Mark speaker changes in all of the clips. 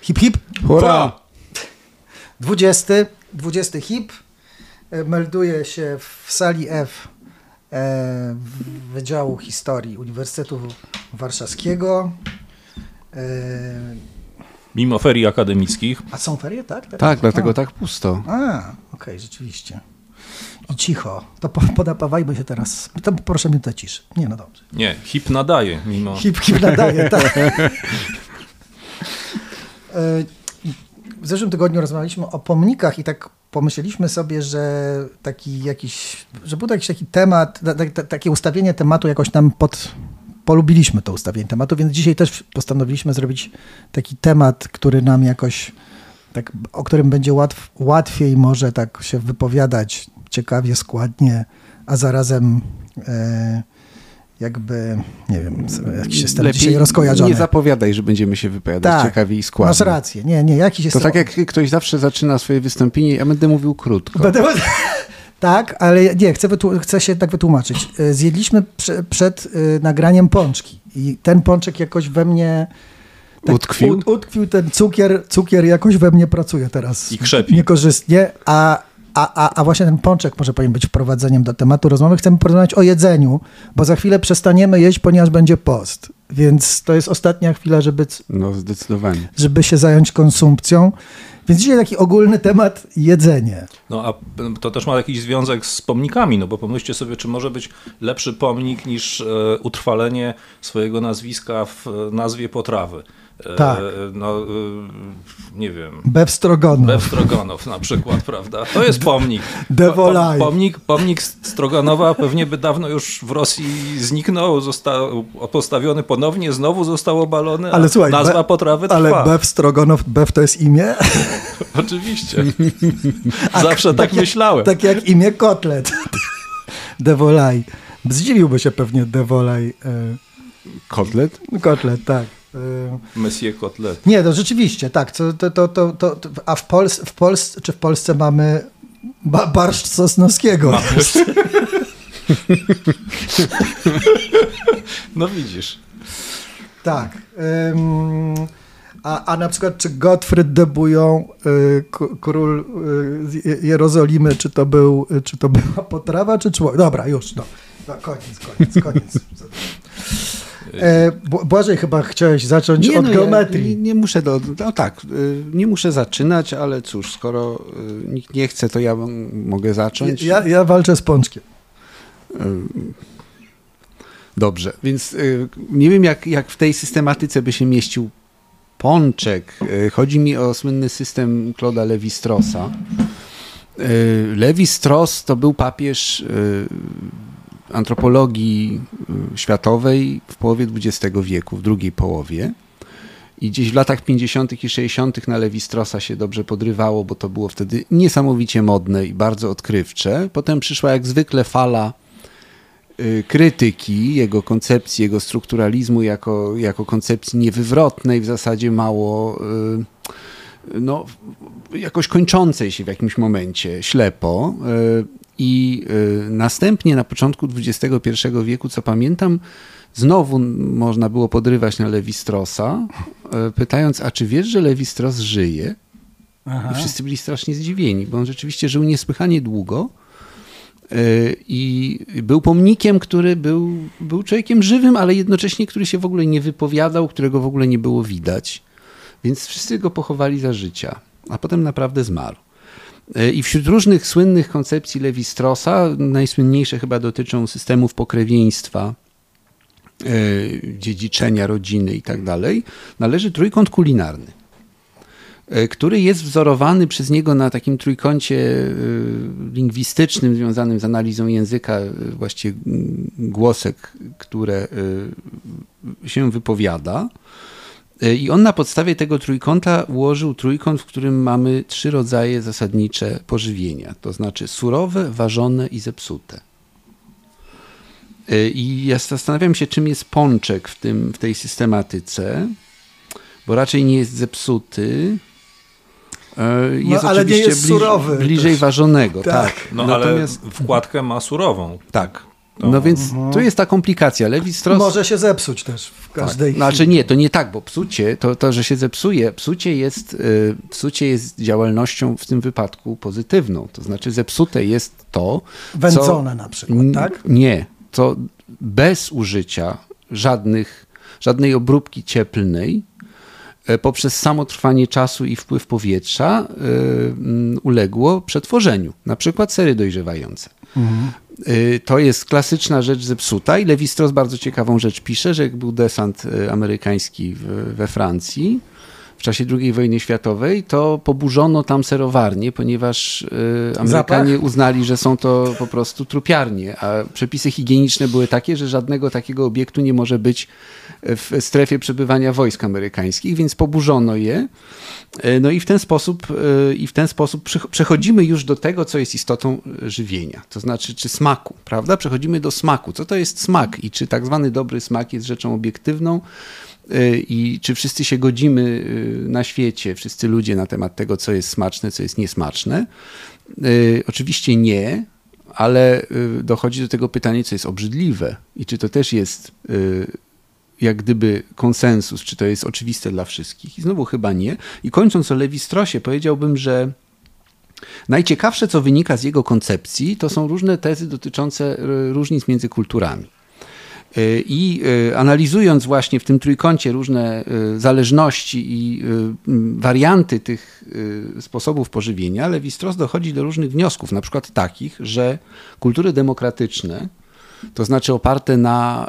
Speaker 1: Hip, hip.
Speaker 2: Hurra!
Speaker 1: 20 hip. Melduje się w sali F Wydziału Historii Uniwersytetu Warszawskiego.
Speaker 3: Mimo ferii akademickich.
Speaker 1: A są ferie, tak?
Speaker 2: Tak, dlatego tak pusto.
Speaker 1: Okej, rzeczywiście. I cicho. To podapawajmy się teraz. To proszę minutę ciszy. Nie, no dobrze.
Speaker 3: Nie, hip nadaje mimo...
Speaker 1: Hip nadaje, tak. W zeszłym tygodniu rozmawialiśmy o pomnikach i tak pomyśleliśmy sobie, że był to jakiś taki temat, takie ustawienie tematu jakoś nam polubiliśmy to ustawienie tematu, więc dzisiaj też postanowiliśmy zrobić taki temat, który nam jakoś, tak, o którym będzie łatwiej może tak się wypowiadać ciekawie, składnie, a zarazem jakby, nie wiem, jak się stanie dzisiaj rozkojarzony.
Speaker 2: Nie zapowiadaj, że będziemy się wypowiadać ciekawie i składnie.
Speaker 1: Masz rację. Nie, jakiś jest...
Speaker 2: To tak jak ktoś zawsze zaczyna swoje wystąpienie, ja będę mówił krótko.
Speaker 1: Tak, ale nie, chcę się tak wytłumaczyć. Zjedliśmy przed nagraniem pączki i ten pączek jakoś we mnie... Tak, utkwił ten cukier jakoś we mnie pracuje teraz.
Speaker 3: I krzepi.
Speaker 1: Niekorzystnie, a właśnie ten pączek może powinien być wprowadzeniem do tematu rozmowy. Chcemy porozmawiać o jedzeniu, bo za chwilę przestaniemy jeść, ponieważ będzie post. Więc to jest ostatnia chwila,
Speaker 2: zdecydowanie.
Speaker 1: Żeby się zająć konsumpcją. Więc dzisiaj taki ogólny temat jedzenie.
Speaker 3: No a to też ma jakiś związek z pomnikami, no bo pomyślcie sobie, czy może być lepszy pomnik niż utrwalenie swojego nazwiska w nazwie potrawy.
Speaker 1: Tak.
Speaker 3: Nie wiem.
Speaker 1: Befstroganow
Speaker 3: na przykład, prawda? To jest pomnik.
Speaker 1: Devolaj.
Speaker 3: Pomnik Stroganowa pewnie by dawno już w Rosji zniknął, został postawiony ponownie, znowu został obalony, ale słuchaj, nazwa potrawy trwa.
Speaker 1: Ale Befstroganow, to jest imię?
Speaker 3: Oczywiście. Zawsze tak myślałem.
Speaker 1: Tak jak imię Kotlet. Devolaj. Zdziwiłby się pewnie Devolaj.
Speaker 2: Kotlet?
Speaker 1: Kotlet, tak.
Speaker 3: Monsieur Kotlet.
Speaker 1: Nie, to rzeczywiście, tak. A w Polsce mamy barszcz Sosnowskiego.
Speaker 3: No widzisz.
Speaker 1: Tak. A na przykład, czy Gottfried de Bouillon, król Jerozolimy, czy to była potrawa, czy człowiek? Dobra, już, no koniec. Błażej, chyba chciałeś zacząć od geometrii.
Speaker 2: Nie muszę zaczynać, ale cóż, skoro nikt nie chce, to ja mogę zacząć.
Speaker 1: Ja walczę z pączkiem.
Speaker 2: Dobrze, więc nie wiem, jak w tej systematyce by się mieścił pączek. Chodzi mi o słynny system Claude'a Lévi-Straussa. Lévi-Strauss to był papież antropologii światowej w połowie XX wieku, w drugiej połowie. I gdzieś w latach 50. i 60. na Lévi-Straussa się dobrze podrywało, bo to było wtedy niesamowicie modne i bardzo odkrywcze. Potem przyszła jak zwykle fala krytyki jego koncepcji, jego strukturalizmu jako koncepcji niewywrotnej, w zasadzie mało jakoś kończącej się w jakimś momencie ślepo. I następnie na początku XXI wieku, co pamiętam, znowu można było podrywać na Lévi-Straussa, pytając, a czy wiesz, że Lévi-Strauss żyje? Aha. I wszyscy byli strasznie zdziwieni, bo on rzeczywiście żył niesłychanie długo i był pomnikiem, który był człowiekiem żywym, ale jednocześnie, który się w ogóle nie wypowiadał, którego w ogóle nie było widać. Więc wszyscy go pochowali za życia, a potem naprawdę zmarł. I wśród różnych słynnych koncepcji Lévi-Straussa, najsłynniejsze chyba dotyczą systemów pokrewieństwa, dziedziczenia rodziny i tak dalej, należy trójkąt kulinarny, który jest wzorowany przez niego na takim trójkącie lingwistycznym związanym z analizą języka, właściwie głosek, które się wypowiada. I on na podstawie tego trójkąta ułożył trójkąt, w którym mamy 3 rodzaje zasadnicze pożywienia, to znaczy surowe, ważone i zepsute. I ja zastanawiam się, czym jest pączek w tej systematyce, bo raczej nie jest zepsuty, jest
Speaker 1: ale nie jest surowy.
Speaker 2: Bliżej ważonego. Tak.
Speaker 3: No natomiast... ale wkładkę ma surową.
Speaker 2: Tak. No więc tu jest ta komplikacja. Levi-Strauss...
Speaker 1: Może się zepsuć też w każdej chwili.
Speaker 2: Znaczy nie, to nie tak, bo psucie, to że się zepsuje, psucie jest działalnością w tym wypadku pozytywną. To znaczy zepsute jest to,
Speaker 1: wędzone na przykład, tak?
Speaker 2: Nie, to bez użycia żadnej obróbki cieplnej poprzez samo trwanie czasu i wpływ powietrza uległo przetworzeniu. Na przykład sery dojrzewające. To jest klasyczna rzecz zepsuta i Levi-Strauss bardzo ciekawą rzecz pisze, że jak był desant amerykański we Francji w czasie II wojny światowej, to poburzono tam serowarnie, ponieważ Amerykanie uznali, że są to po prostu trupiarnie, a przepisy higieniczne były takie, że żadnego takiego obiektu nie może być w strefie przebywania wojsk amerykańskich, więc poburzono je. No i w ten sposób przechodzimy już do tego, co jest istotą żywienia, to znaczy czy smaku, prawda? Przechodzimy do smaku. Co to jest smak i czy tak zwany dobry smak jest rzeczą obiektywną i czy wszyscy się godzimy na świecie, wszyscy ludzie na temat tego, co jest smaczne, co jest niesmaczne? Oczywiście nie, ale dochodzi do tego pytanie, co jest obrzydliwe i czy to też jest jak gdyby konsensus, czy to jest oczywiste dla wszystkich. I znowu chyba nie. I kończąc o Levi-Straussie, powiedziałbym, że najciekawsze, co wynika z jego koncepcji, to są różne tezy dotyczące różnic między kulturami. I analizując właśnie w tym trójkącie różne zależności i warianty tych sposobów pożywienia, Levi-Strauss dochodzi do różnych wniosków, na przykład takich, że kultury demokratyczne, to znaczy oparte na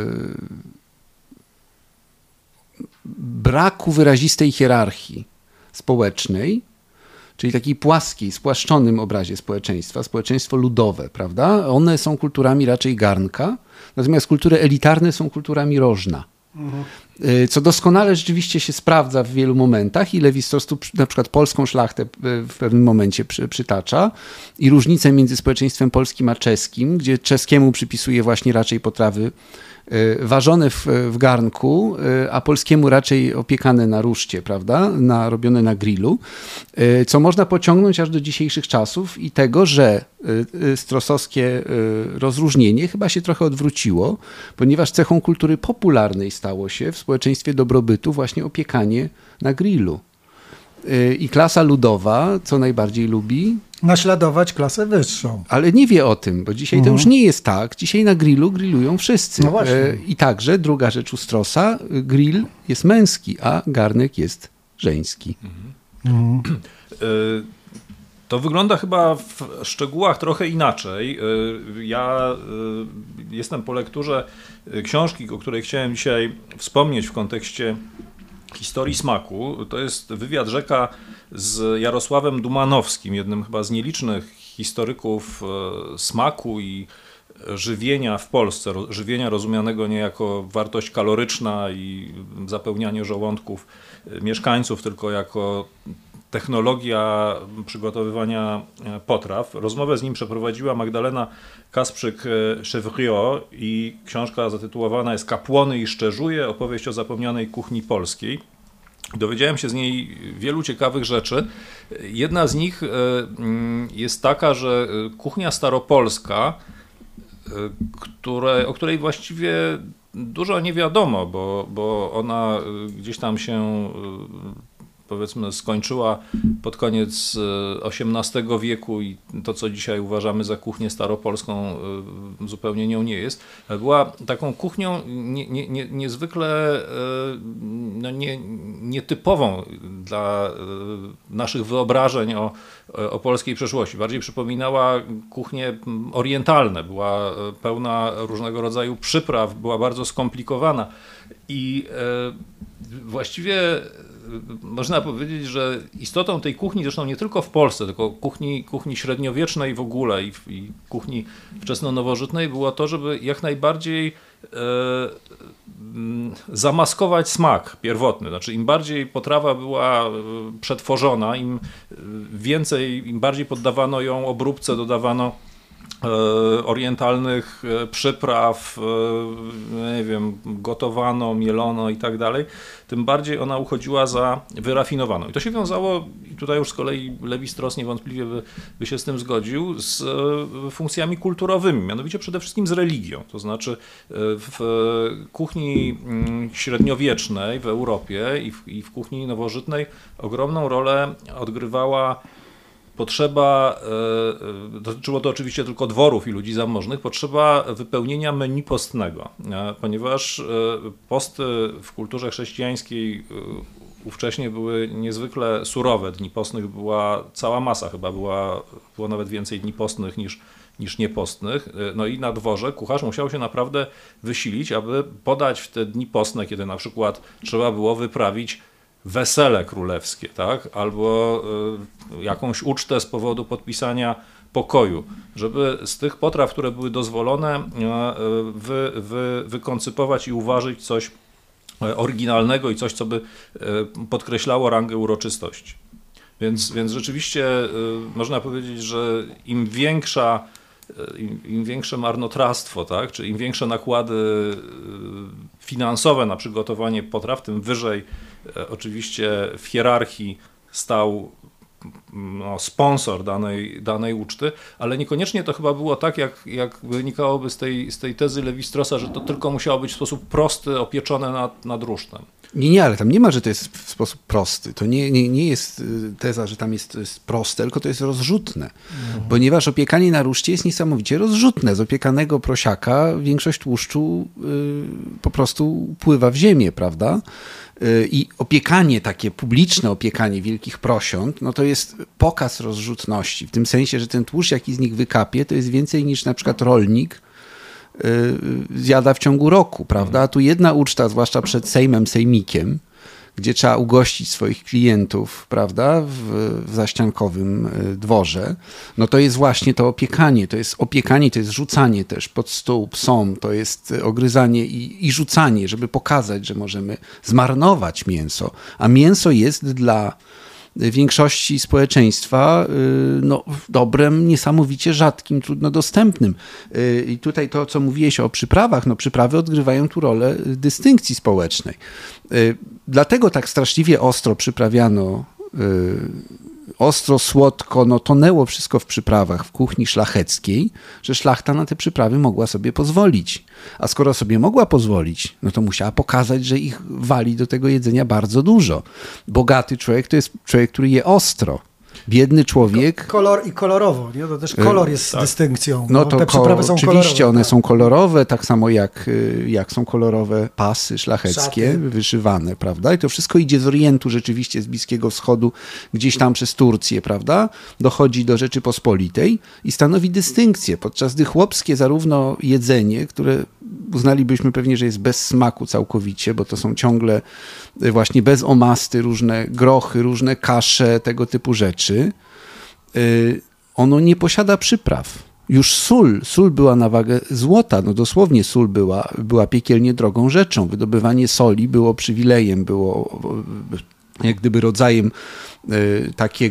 Speaker 2: braku wyrazistej hierarchii społecznej, czyli takiej płaskiej, spłaszczonym obrazie społeczeństwa, społeczeństwo ludowe, prawda? One są kulturami raczej garnka, natomiast kultury elitarne są kulturami rożna. Co doskonale rzeczywiście się sprawdza w wielu momentach i Levi-Strauss tu na przykład polską szlachtę w pewnym momencie przytacza i różnicę między społeczeństwem polskim a czeskim, gdzie czeskiemu przypisuje właśnie raczej potrawy ważone w garnku, a polskiemu raczej opiekane na ruszcie, prawda? Robione na grillu, co można pociągnąć aż do dzisiejszych czasów i tego, że straussowskie rozróżnienie chyba się trochę odwróciło, ponieważ cechą kultury popularnej stało się w społeczeństwie dobrobytu właśnie opiekanie na grillu. I klasa ludowa, co najbardziej lubi?
Speaker 1: Naśladować klasę wyższą.
Speaker 2: Ale nie wie o tym, bo dzisiaj to już nie jest tak. Dzisiaj na grillu grillują wszyscy.
Speaker 1: No właśnie.
Speaker 2: I także druga rzecz u Straussa, grill jest męski, a garnek jest żeński.
Speaker 3: To wygląda chyba w szczegółach trochę inaczej. Ja jestem po lekturze książki, o której chciałem dzisiaj wspomnieć w kontekście historii smaku. To jest wywiad rzeka z Jarosławem Dumanowskim, jednym chyba z nielicznych historyków smaku i żywienia w Polsce. Żywienia rozumianego nie jako wartość kaloryczna i zapełnianie żołądków mieszkańców, tylko jako technologia przygotowywania potraw. Rozmowę z nim przeprowadziła Magdalena Kasprzyk-Chevriot i książka zatytułowana jest Kapłony i szczerzuje, opowieść o zapomnianej kuchni polskiej. Dowiedziałem się z niej wielu ciekawych rzeczy. Jedna z nich jest taka, że kuchnia staropolska, o której właściwie dużo nie wiadomo, bo ona gdzieś tam się powiedzmy skończyła pod koniec XVIII wieku i to, co dzisiaj uważamy za kuchnię staropolską, zupełnie nią nie jest. Była taką kuchnią niezwykle nietypową dla naszych wyobrażeń o polskiej przeszłości. Bardziej przypominała kuchnie orientalne, była pełna różnego rodzaju przypraw, była bardzo skomplikowana i właściwie można powiedzieć, że istotą tej kuchni, zresztą nie tylko w Polsce, tylko kuchni średniowiecznej w ogóle i kuchni wczesnonowożytnej było to, żeby jak najbardziej zamaskować smak pierwotny. Znaczy im bardziej potrawa była przetworzona, im bardziej poddawano ją obróbce, dodawano orientalnych przypraw, nie wiem, gotowano, mielono i tak dalej, tym bardziej ona uchodziła za wyrafinowaną. I to się wiązało, i tutaj już z kolei Levi-Strauss niewątpliwie by się z tym zgodził, z funkcjami kulturowymi, mianowicie przede wszystkim z religią. To znaczy w kuchni średniowiecznej w Europie i w kuchni nowożytnej ogromną rolę odgrywała potrzeba, dotyczyło to oczywiście tylko dworów i ludzi zamożnych, potrzeba wypełnienia menu postnego, ponieważ posty w kulturze chrześcijańskiej ówcześnie były niezwykle surowe. Dni postnych była cała masa, chyba było nawet więcej dni postnych niż niepostnych. No i na dworze kucharz musiał się naprawdę wysilić, aby podać w te dni postne, kiedy na przykład trzeba było wyprawić wesele królewskie, tak? Albo jakąś ucztę z powodu podpisania pokoju, żeby z tych potraw, które były dozwolone, wykoncypować i uważać coś oryginalnego i coś, co by podkreślało rangę uroczystości. Więc rzeczywiście można powiedzieć, że im większe marnotrawstwo, tak, czy im większe nakłady finansowe na przygotowanie potraw, tym wyżej oczywiście w hierarchii stał sponsor danej uczty, ale niekoniecznie to chyba było tak, jak wynikałoby z tej tezy Levi-Straussa, że to tylko musiało być w sposób prosty, opieczone nad rusztem.
Speaker 2: Nie, ale tam nie ma, że to jest w sposób prosty. To nie jest teza, że tam to jest proste, tylko to jest rozrzutne. Ponieważ opiekanie na ruszcie jest niesamowicie rozrzutne. Z opiekanego prosiaka większość tłuszczu po prostu pływa w ziemię, prawda? I opiekanie, takie publiczne opiekanie wielkich prosiąt, no to jest pokaz rozrzutności. W tym sensie, że ten tłuszcz, jaki z nich wykapie, to jest więcej niż na przykład rolnik zjada w ciągu roku, prawda? A tu jedna uczta, zwłaszcza przed sejmikiem, gdzie trzeba ugościć swoich klientów, prawda, w zaściankowym dworze, no to jest właśnie to opiekanie, to jest rzucanie też pod stół psom, to jest ogryzanie i rzucanie, żeby pokazać, że możemy zmarnować mięso, a mięso jest dla większości społeczeństwa dobrem niesamowicie rzadkim, trudno dostępnym. I tutaj to, co mówiłeś o przyprawach, no przyprawy odgrywają tu rolę dystynkcji społecznej. Dlatego tak straszliwie ostro przyprawiano, ostro, słodko, no tonęło wszystko w przyprawach w kuchni szlacheckiej, że szlachta na te przyprawy mogła sobie pozwolić. A skoro sobie mogła pozwolić, no to musiała pokazać, że ich wali do tego jedzenia bardzo dużo. Bogaty człowiek to jest człowiek, który je ostro. Biedny człowiek...
Speaker 1: Kolor i kolorowo, nie? To też kolor jest dystynkcją.
Speaker 2: No to
Speaker 1: te przyprawy są
Speaker 2: oczywiście
Speaker 1: kolorowe,
Speaker 2: one
Speaker 1: tak.
Speaker 2: są kolorowe, tak samo jak są kolorowe pasy szlacheckie, szaty wyszywane, prawda? I to wszystko idzie z Orientu, rzeczywiście z Bliskiego Wschodu, gdzieś tam przez Turcję, prawda? Dochodzi do Rzeczypospolitej i stanowi dystynkcję, podczas gdy chłopskie zarówno jedzenie, które uznalibyśmy pewnie, że jest bez smaku całkowicie, bo to są ciągle właśnie bez omasty, różne grochy, różne kasze, tego typu rzeczy. Ono nie posiada przypraw. Już sól była na wagę złota, no dosłownie sól była piekielnie drogą rzeczą. Wydobywanie soli było przywilejem, było jak gdyby rodzajem takiej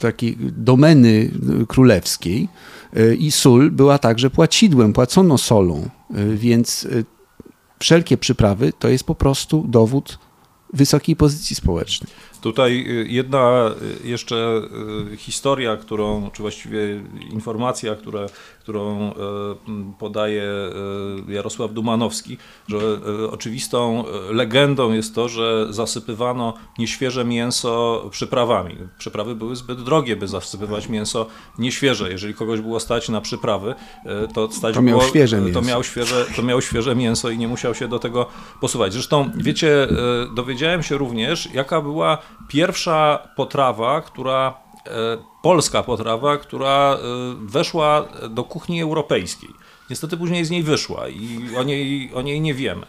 Speaker 2: domeny królewskiej i sól była także płacidłem, płacono solą, więc wszelkie przyprawy to jest po prostu dowód wysokiej pozycji społecznej.
Speaker 3: Tutaj jedna jeszcze historia, czy właściwie informacja, którą podaje Jarosław Dumanowski, że oczywistą legendą jest to, że zasypywano nieświeże mięso przyprawami. Przyprawy były zbyt drogie, by zasypywać mięso nieświeże. Jeżeli kogoś było stać na przyprawy, to miał świeże mięso i nie musiał się do tego posuwać. Zresztą, wiecie, dowiedziałem się również, jaka była pierwsza potrawa, polska potrawa, która weszła do kuchni europejskiej. Niestety później z niej wyszła i o niej nie wiemy.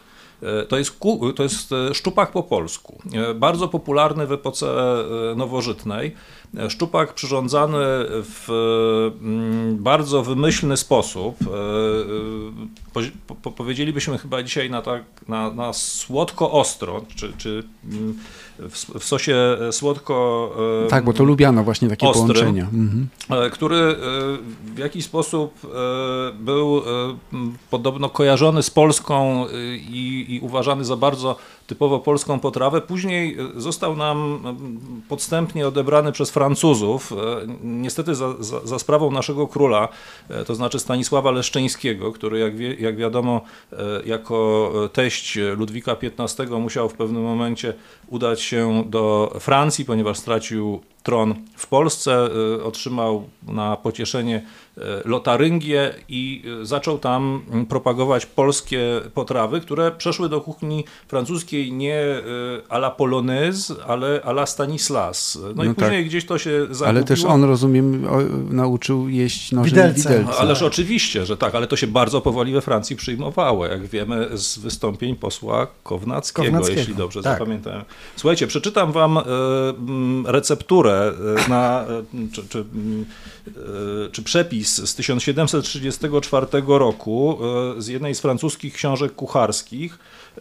Speaker 3: To jest szczupak po polsku. Bardzo popularny w epoce nowożytnej. szczupak przyrządzany w bardzo wymyślny sposób. Powiedzielibyśmy chyba dzisiaj na słodko-ostro, czy w sosie słodko...
Speaker 2: Tak, bo to lubiano właśnie takie
Speaker 3: ostrym,
Speaker 2: połączenia.
Speaker 3: który w jakiś sposób był podobno kojarzony z Polską i uważany za bardzo typowo polską potrawę. Później został nam podstępnie odebrany przez Francuzów, niestety za sprawą naszego króla, to znaczy Stanisława Leszczyńskiego, który jak wiadomo jako teść Ludwika XV musiał w pewnym momencie udać się do Francji, ponieważ stracił tron w Polsce, otrzymał na pocieszenie Lotaryngię i zaczął tam propagować polskie potrawy, które przeszły do kuchni francuskiej nie à la polonaise, ale à la Stanislas. No i później gdzieś to się zagubiło.
Speaker 2: Ale też on, rozumiem, nauczył jeść nożem widelce.
Speaker 3: Ależ oczywiście, że tak, ale to się bardzo powoli we Francji przyjmowało, jak wiemy z wystąpień posła Kownackiego. Jeśli dobrze zapamiętałem. Słuchajcie, przeczytam wam recepturę czy przepis z 1734 roku z jednej z francuskich książek kucharskich,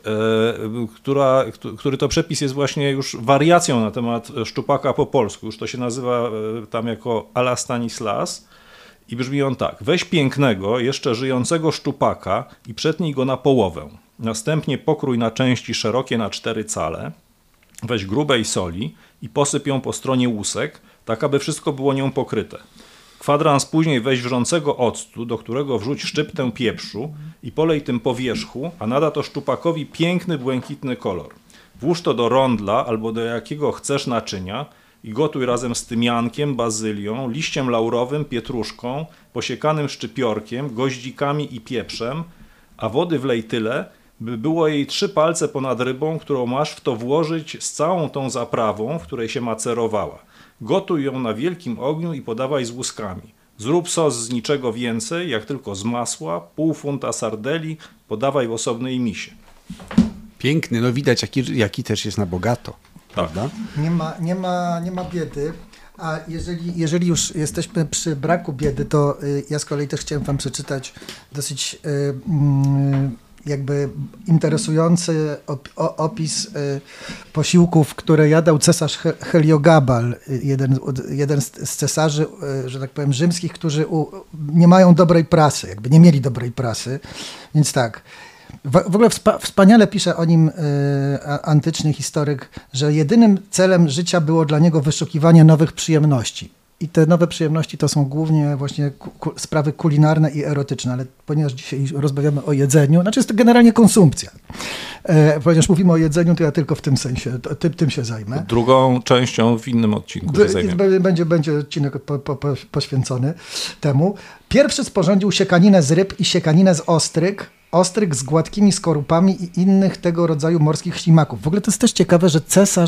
Speaker 3: który to przepis jest właśnie już wariacją na temat szczupaka po polsku. Już to się nazywa tam jako à la Stanislas i brzmi on tak. Weź pięknego, jeszcze żyjącego szczupaka i przetnij go na połowę. Następnie pokrój na części szerokie na 4 cale. Weź grubej soli i posyp ją po stronie łusek, tak aby wszystko było nią pokryte. Kwadrans później weź wrzącego octu, do którego wrzuć szczyptę pieprzu i polej tym po wierzchu, a nada to szczupakowi piękny, błękitny kolor. Włóż to do rondla albo do jakiego chcesz naczynia i gotuj razem z tymiankiem, bazylią, liściem laurowym, pietruszką, posiekanym szczypiorkiem, goździkami i pieprzem, a wody wlej tyle, by było jej 3 palce ponad rybą, którą masz w to włożyć z całą tą zaprawą, w której się macerowała. Gotuj ją na wielkim ogniu i podawaj z łuskami. Zrób sos z niczego więcej, jak tylko z masła, pół funta sardeli, podawaj w osobnej misie.
Speaker 2: Piękny, no widać jaki też jest na bogato, prawda?
Speaker 1: Nie ma biedy. A jeżeli już jesteśmy przy braku biedy, to ja z kolei też chciałem wam przeczytać dosyć jakby interesujący opis posiłków, które jadał cesarz Heliogabal, jeden z cesarzy, że tak powiem, rzymskich, którzy nie mają dobrej prasy, jakby nie mieli dobrej prasy. Więc tak, w ogóle wspaniale pisze o nim antyczny historyk, że jedynym celem życia było dla niego wyszukiwanie nowych przyjemności. I te nowe przyjemności to są głównie właśnie sprawy kulinarne i erotyczne, ale ponieważ dzisiaj rozmawiamy o jedzeniu, znaczy jest to generalnie konsumpcja. Ponieważ mówimy o jedzeniu, to ja tylko w tym sensie, tym się zajmę.
Speaker 3: Drugą częścią w innym odcinku się zajmiemy.
Speaker 1: Będzie odcinek poświęcony temu. Pierwszy sporządził siekaninę z ryb i siekaninę z ostryg z gładkimi skorupami i innych tego rodzaju morskich ślimaków. W ogóle to jest też ciekawe, że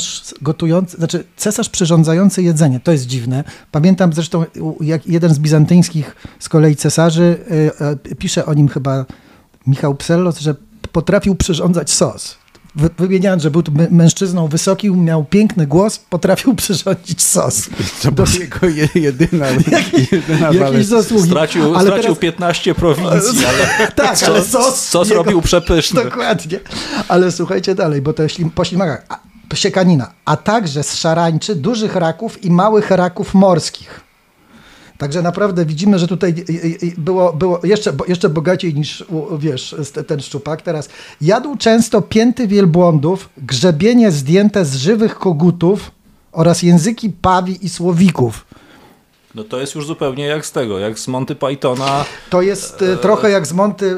Speaker 1: cesarz przyrządzający jedzenie, to jest dziwne. Pamiętam zresztą, jak jeden z bizantyńskich z kolei cesarzy, pisze o nim chyba Michał Psellos, że potrafił przyrządzać sos. Wymieniając, że był mężczyzną wysokim, miał piękny głos, potrafił przyrządzić sos.
Speaker 2: To była jego jedyna
Speaker 1: jakieś zasługi.
Speaker 3: Stracił teraz 15 prowincji, ale,
Speaker 1: tak, ale sos
Speaker 3: robił przepyszny.
Speaker 1: Dokładnie. Ale słuchajcie dalej, bo to po ślimakach. Siekanina, a także z szarańczy, dużych raków i małych raków morskich. Także naprawdę widzimy, że tutaj było jeszcze bogaciej niż, wiesz, ten szczupak. Teraz jadł często pięty wielbłądów, grzebienie zdjęte z żywych kogutów oraz języki pawi i słowików.
Speaker 3: No to jest już zupełnie jak z Monty Pythona.
Speaker 1: To jest trochę jak z Monty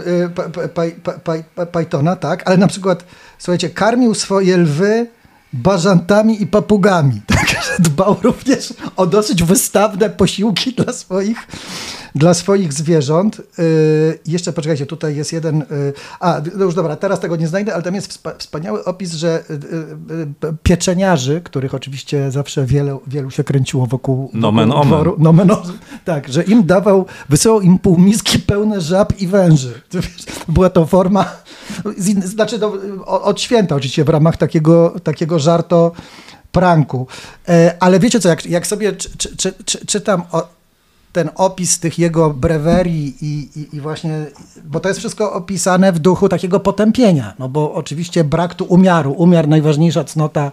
Speaker 1: Pythona, tak, ale na przykład, słuchajcie, karmił swoje lwy bażantami i papugami. Także dbał również o dosyć wystawne posiłki dla swoich zwierząt. Jeszcze poczekajcie, tutaj jest jeden... no już dobra, teraz tego nie znajdę, ale tam jest wspaniały opis, że pieczeniarzy, których oczywiście zawsze wielu się kręciło wokół dworu. Tak, że im wysyłał im półmiski pełne żab i węży. Była to forma... Znaczy od święta oczywiście w ramach takiego pranku. Ale wiecie co, jak sobie czytam ten opis tych jego brewerii i właśnie, bo to jest wszystko opisane w duchu takiego potępienia, no bo oczywiście brak tu umiaru. Umiar najważniejsza cnota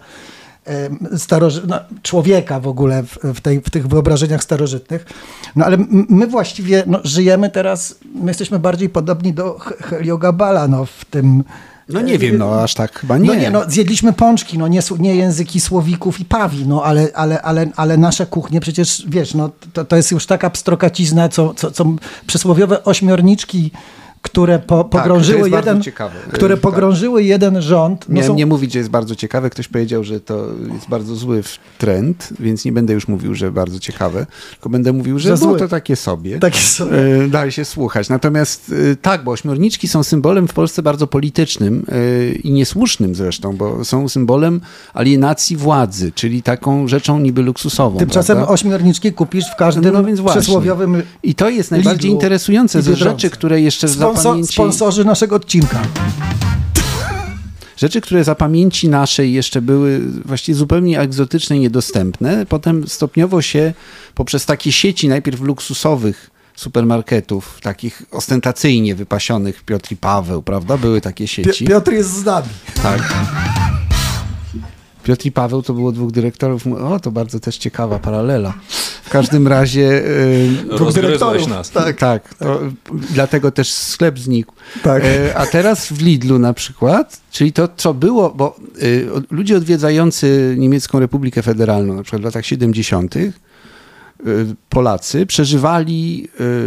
Speaker 1: człowieka w ogóle w tych wyobrażeniach starożytnych. No ale my właściwie żyjemy teraz, my jesteśmy bardziej podobni do Heliogabala, w tym...
Speaker 2: No nie wiem, aż tak chyba nie.
Speaker 1: Zjedliśmy pączki, nie języki Słowików i Pawi, ale nasze kuchnie przecież, wiesz, to jest już taka pstrokacizna, co przysłowiowe ośmiorniczki, które pogrążyły pogrążyły jeden rząd.
Speaker 2: Miałem nie mówić, że jest bardzo ciekawe. Ktoś powiedział, że to jest bardzo zły trend, więc nie będę już mówił, że bardzo ciekawe, tylko będę mówił, że było to takie sobie. Daj się słuchać. Natomiast tak, bo ośmiorniczki są symbolem w Polsce bardzo politycznym i niesłusznym zresztą, bo są symbolem alienacji władzy, czyli taką rzeczą niby luksusową.
Speaker 1: Tymczasem ośmiorniczki kupisz w każdym przysłowiowym
Speaker 2: I to jest najbardziej interesujące ze rzeczy, które jeszcze
Speaker 1: Sponsorzy naszego odcinka.
Speaker 2: Rzeczy, które za pamięci naszej jeszcze były właściwie zupełnie egzotyczne i niedostępne, potem stopniowo się poprzez takie sieci najpierw luksusowych supermarketów, takich ostentacyjnie wypasionych, Piotr i Paweł, prawda? Były takie sieci.
Speaker 1: Piotr jest z nami.
Speaker 2: Tak. Piotr i Paweł to było dwóch dyrektorów. To bardzo też ciekawa paralela. W każdym razie...
Speaker 3: Rozgryzłeś nas.
Speaker 2: Tak. Dlatego też sklep znikł.
Speaker 1: Tak.
Speaker 2: A teraz w Lidlu na przykład, czyli to, co było, bo ludzie odwiedzający Niemiecką Republikę Federalną, na przykład w latach 70., Polacy przeżywali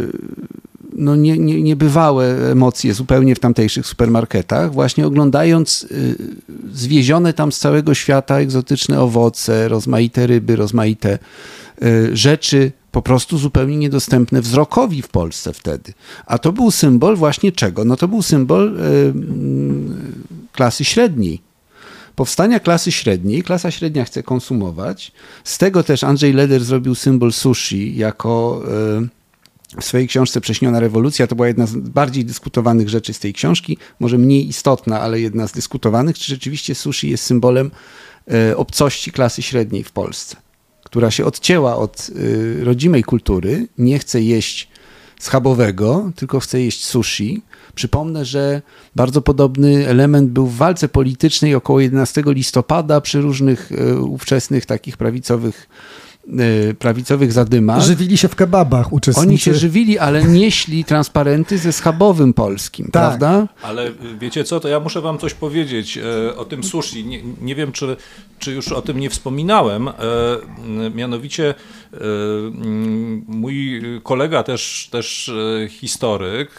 Speaker 2: niebywałe emocje zupełnie w tamtejszych supermarketach, właśnie oglądając zwiezione tam z całego świata egzotyczne owoce, rozmaite ryby, rozmaite rzeczy, po prostu zupełnie niedostępne wzrokowi w Polsce wtedy. A to był symbol właśnie czego? To był symbol klasy średniej. Powstania klasy średniej. Klasa średnia chce konsumować. Z tego też Andrzej Leder zrobił symbol sushi jako... W swojej książce Prześniona rewolucja to była jedna z bardziej dyskutowanych rzeczy z tej książki, może mniej istotna, ale jedna z dyskutowanych, czy rzeczywiście sushi jest symbolem obcości klasy średniej w Polsce, która się odcięła od rodzimej kultury, nie chce jeść schabowego, tylko chce jeść sushi. Przypomnę, że bardzo podobny element był w walce politycznej około 11 listopada przy różnych ówczesnych takich prawicowych zadymach.
Speaker 1: Żywili się w kebabach uczestnicy.
Speaker 2: Oni się żywili, ale nieśli transparenty ze schabowym polskim, prawda?
Speaker 3: Ale wiecie co, to ja muszę wam coś powiedzieć o tym sushi. Nie wiem, czy już o tym nie wspominałem. Mianowicie mój kolega, też historyk,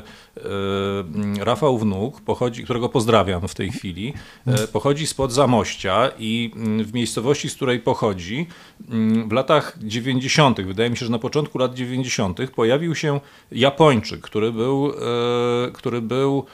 Speaker 3: Rafał Wnuk, którego pozdrawiam w tej chwili, pochodzi spod Zamościa i w miejscowości, z której pochodzi, w latach 90., wydaje mi się, że na początku lat 90. pojawił się Japończyk, który był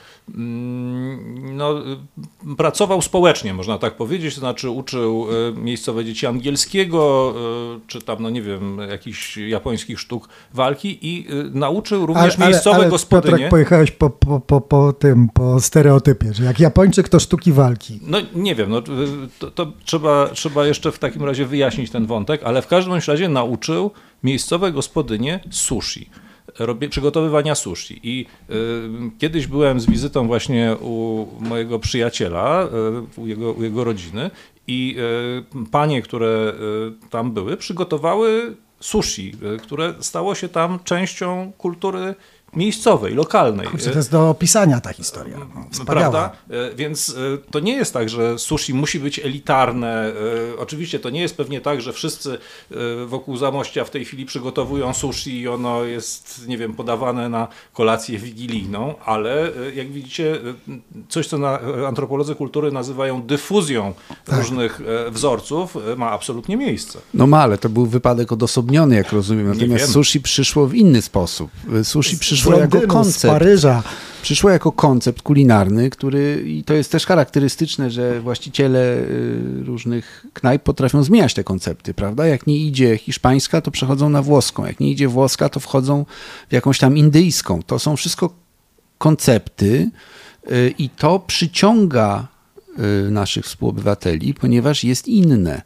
Speaker 3: pracował społecznie, można tak powiedzieć, to znaczy uczył miejscowe dzieci angielskiego, czy tam, nie wiem, jakichś japońskich sztuk walki i nauczył również miejscowe gospodynie.
Speaker 1: Piotrek, pojechałeś po stereotypie, że jak Japończyk to sztuki walki.
Speaker 3: No nie wiem, to trzeba jeszcze w takim razie wyjaśnić ten wątek, ale w każdym razie nauczył miejscowe gospodynie sushi. Przygotowywania sushi. I kiedyś byłem z wizytą właśnie u mojego przyjaciela, u jego rodziny i panie, które tam były, przygotowały sushi, które stało się tam częścią kultury miejscowej, lokalnej.
Speaker 1: Kurczę, to jest do opisania ta historia. Wspaniała.
Speaker 3: Prawda? Więc to nie jest tak, że sushi musi być elitarne. Oczywiście to nie jest pewnie tak, że wszyscy wokół Zamościa w tej chwili przygotowują sushi i ono jest, nie wiem, podawane na kolację wigilijną, ale jak widzicie, coś, co antropolodzy kultury nazywają dyfuzją różnych wzorców, ma absolutnie miejsce.
Speaker 2: No ma, ale to był wypadek odosobniony, jak rozumiem. Natomiast sushi przyszło w inny sposób. Sushi przyszło jako koncept.
Speaker 1: Z Paryża.
Speaker 2: Przyszło jako koncept kulinarny, i to jest też charakterystyczne, że właściciele różnych knajp potrafią zmieniać te koncepty, prawda? Jak nie idzie hiszpańska, to przechodzą na włoską. Jak nie idzie włoska, to wchodzą w jakąś tam indyjską. To są wszystko koncepty i to przyciąga naszych współobywateli, ponieważ jest inne.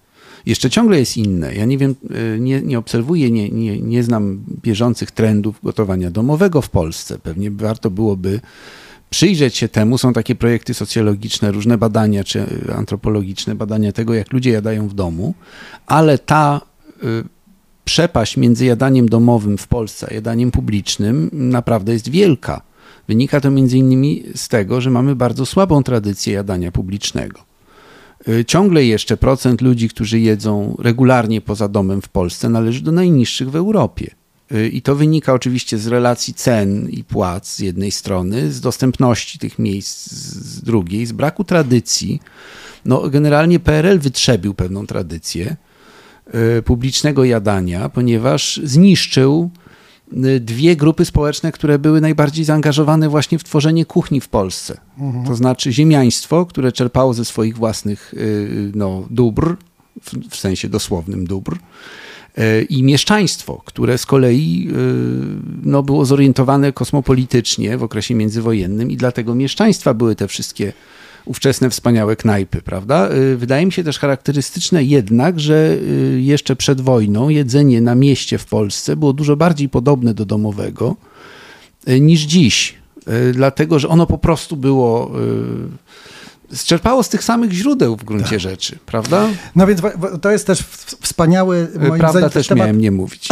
Speaker 2: jeszcze ciągle jest inne. Ja nie wiem, nie obserwuję, nie znam bieżących trendów gotowania domowego w Polsce. Pewnie warto byłoby przyjrzeć się temu. Są takie projekty socjologiczne, różne badania czy antropologiczne, badania tego, jak ludzie jadają w domu, ale ta przepaść między jadaniem domowym w Polsce a jadaniem publicznym naprawdę jest wielka. Wynika to między innymi z tego, że mamy bardzo słabą tradycję jadania publicznego. Ciągle jeszcze procent ludzi, którzy jedzą regularnie poza domem w Polsce, należy do najniższych w Europie. I to wynika oczywiście z relacji cen i płac z jednej strony, z dostępności tych miejsc z drugiej, z braku tradycji. No, generalnie PRL wytrzebił pewną tradycję publicznego jadania, ponieważ zniszczył dwie grupy społeczne, które były najbardziej zaangażowane właśnie w tworzenie kuchni w Polsce. To znaczy ziemiaństwo, które czerpało ze swoich własnych dóbr, w sensie dosłownym dóbr, i mieszczaństwo, które z kolei było zorientowane kosmopolitycznie w okresie międzywojennym i dlatego mieszczaństwa były te wszystkie ówczesne wspaniałe knajpy, prawda? Wydaje mi się też charakterystyczne jednak, że jeszcze przed wojną jedzenie na mieście w Polsce było dużo bardziej podobne do domowego niż dziś, dlatego że ono po prostu było czerpało z tych samych źródeł w gruncie rzeczy, prawda?
Speaker 1: No więc to jest też wspaniały, moim
Speaker 2: Prawda
Speaker 1: zdaniem,
Speaker 2: też
Speaker 1: temat.
Speaker 2: Miałem nie mówić.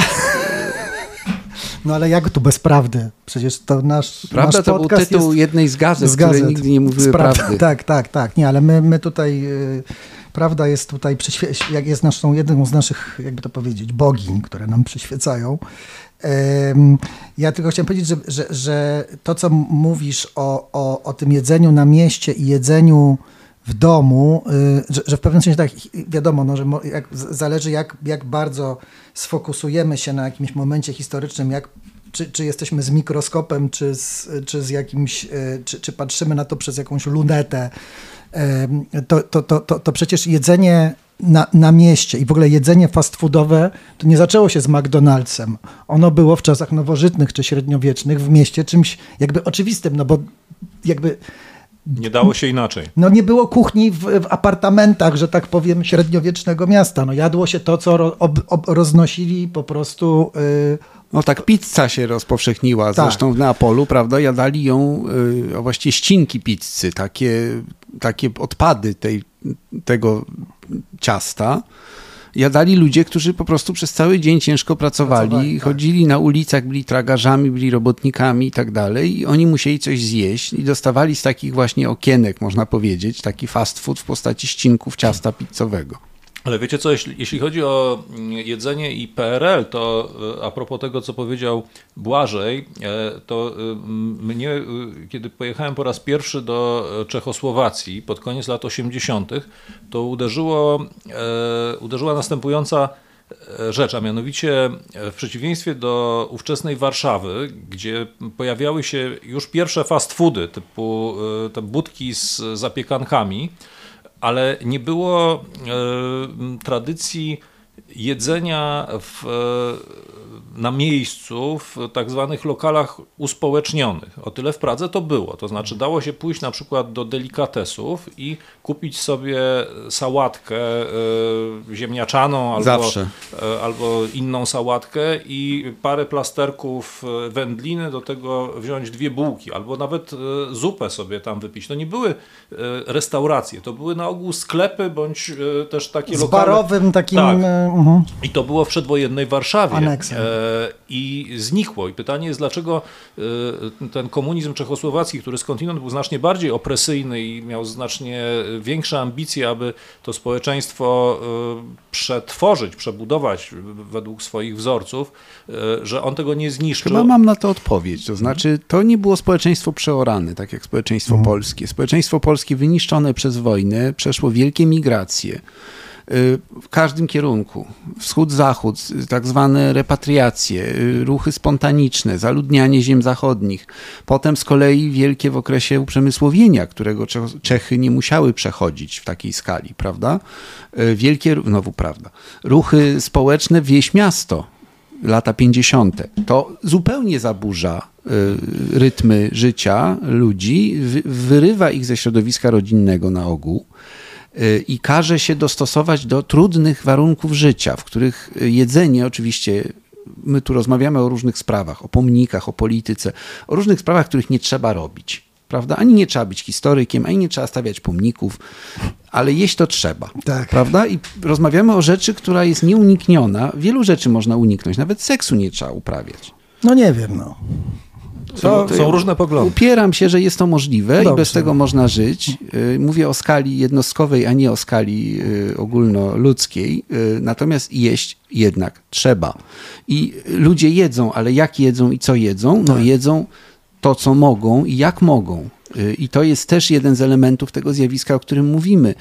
Speaker 1: No ale jak tu bez prawdy? Przecież to nasz
Speaker 2: Prawda to był tytuł jednej z gazet, które nigdy nie mówiły prawdy.
Speaker 1: Tak. Nie, ale my tutaj, prawda jest tutaj, jak jest jedną z naszych, jakby to powiedzieć, bogiń, które nam przyświecają. Ja tylko chciałem powiedzieć, że to, co mówisz o tym jedzeniu na mieście i jedzeniu w domu, że w pewnym sensie tak wiadomo, no, że zależy jak bardzo sfokusujemy się na jakimś momencie historycznym, czy jesteśmy z mikroskopem, czy z jakimś, czy patrzymy na to przez jakąś lunetę, to przecież jedzenie na mieście i w ogóle jedzenie fast foodowe to nie zaczęło się z McDonald'sem. Ono było w czasach nowożytnych czy średniowiecznych w mieście czymś jakby oczywistym, no bo jakby
Speaker 3: nie dało się inaczej.
Speaker 1: No nie było kuchni w apartamentach, że tak powiem, średniowiecznego miasta. No jadło się to, co roznosili po prostu.
Speaker 2: No tak, pizza się rozpowszechniła, zresztą w Neapolu, prawda, jadali ją, właściwie ścinki pizzy, takie odpady tego ciasta. Jadali ludzie, którzy po prostu przez cały dzień ciężko pracowali, chodzili na ulicach, byli tragarzami, byli robotnikami i tak dalej i oni musieli coś zjeść i dostawali z takich właśnie okienek, można powiedzieć, taki fast food w postaci ścinków ciasta pizzowego.
Speaker 3: Ale wiecie co, jeśli chodzi o jedzenie i PRL, to a propos tego, co powiedział Błażej, to mnie, kiedy pojechałem po raz pierwszy do Czechosłowacji pod koniec lat 80., to uderzyła następująca rzecz, a mianowicie w przeciwieństwie do ówczesnej Warszawy, gdzie pojawiały się już pierwsze fast foody, typu te budki z zapiekankami, ale nie było tradycji jedzenia na miejscu w tak zwanych lokalach uspołecznionych. O tyle w Pradze to było. To znaczy dało się pójść na przykład do delikatesów i kupić sobie sałatkę ziemniaczaną albo inną sałatkę i parę plasterków wędliny, do tego wziąć 2 bułki, albo nawet zupę sobie tam wypić. To nie były restauracje, to były na ogół sklepy, bądź też takie lokale.
Speaker 1: Z barowym takim...
Speaker 3: Tak. I to było w przedwojennej Warszawie.
Speaker 1: Aneksem.
Speaker 3: I znikło. I pytanie jest, dlaczego ten komunizm czechosłowacki, który skądinąd był znacznie bardziej opresyjny i miał znacznie większe ambicje, aby to społeczeństwo przetworzyć, przebudować według swoich wzorców, że on tego nie zniszczył.
Speaker 2: Chyba mam na to odpowiedź. To znaczy, to nie było społeczeństwo przeorane, tak jak społeczeństwo polskie. Społeczeństwo polskie wyniszczone przez wojnę, przeszło wielkie migracje. W każdym kierunku, wschód-zachód, tak zwane repatriacje, ruchy spontaniczne, zaludnianie ziem zachodnich. Potem z kolei wielkie w okresie uprzemysłowienia, którego Czechy nie musiały przechodzić w takiej skali, prawda? Wielkie, ruchy społeczne wieś miasto, lata 50. To zupełnie zaburza rytmy życia ludzi, wyrywa ich ze środowiska rodzinnego na ogół. i każe się dostosować do trudnych warunków życia, w których jedzenie oczywiście, my tu rozmawiamy o różnych sprawach, o pomnikach, o polityce, o różnych sprawach, których nie trzeba robić. Prawda? Ani nie trzeba być historykiem, ani nie trzeba stawiać pomników, ale jeść to trzeba.
Speaker 1: Tak.
Speaker 2: Prawda? I rozmawiamy o rzeczy, która jest nieunikniona. Wielu rzeczy można uniknąć, nawet seksu nie trzeba uprawiać.
Speaker 1: No nie wiem, no.
Speaker 3: Są różne poglądy.
Speaker 2: Upieram się, że jest to możliwe
Speaker 1: Dobrze.
Speaker 2: i bez tego można żyć. Mówię o skali jednostkowej, a nie o skali ogólnoludzkiej. Natomiast jeść jednak trzeba. I ludzie jedzą, ale jak jedzą i co jedzą? No jedzą to, co mogą i jak mogą. I to jest też jeden z elementów tego zjawiska, o którym mówimy.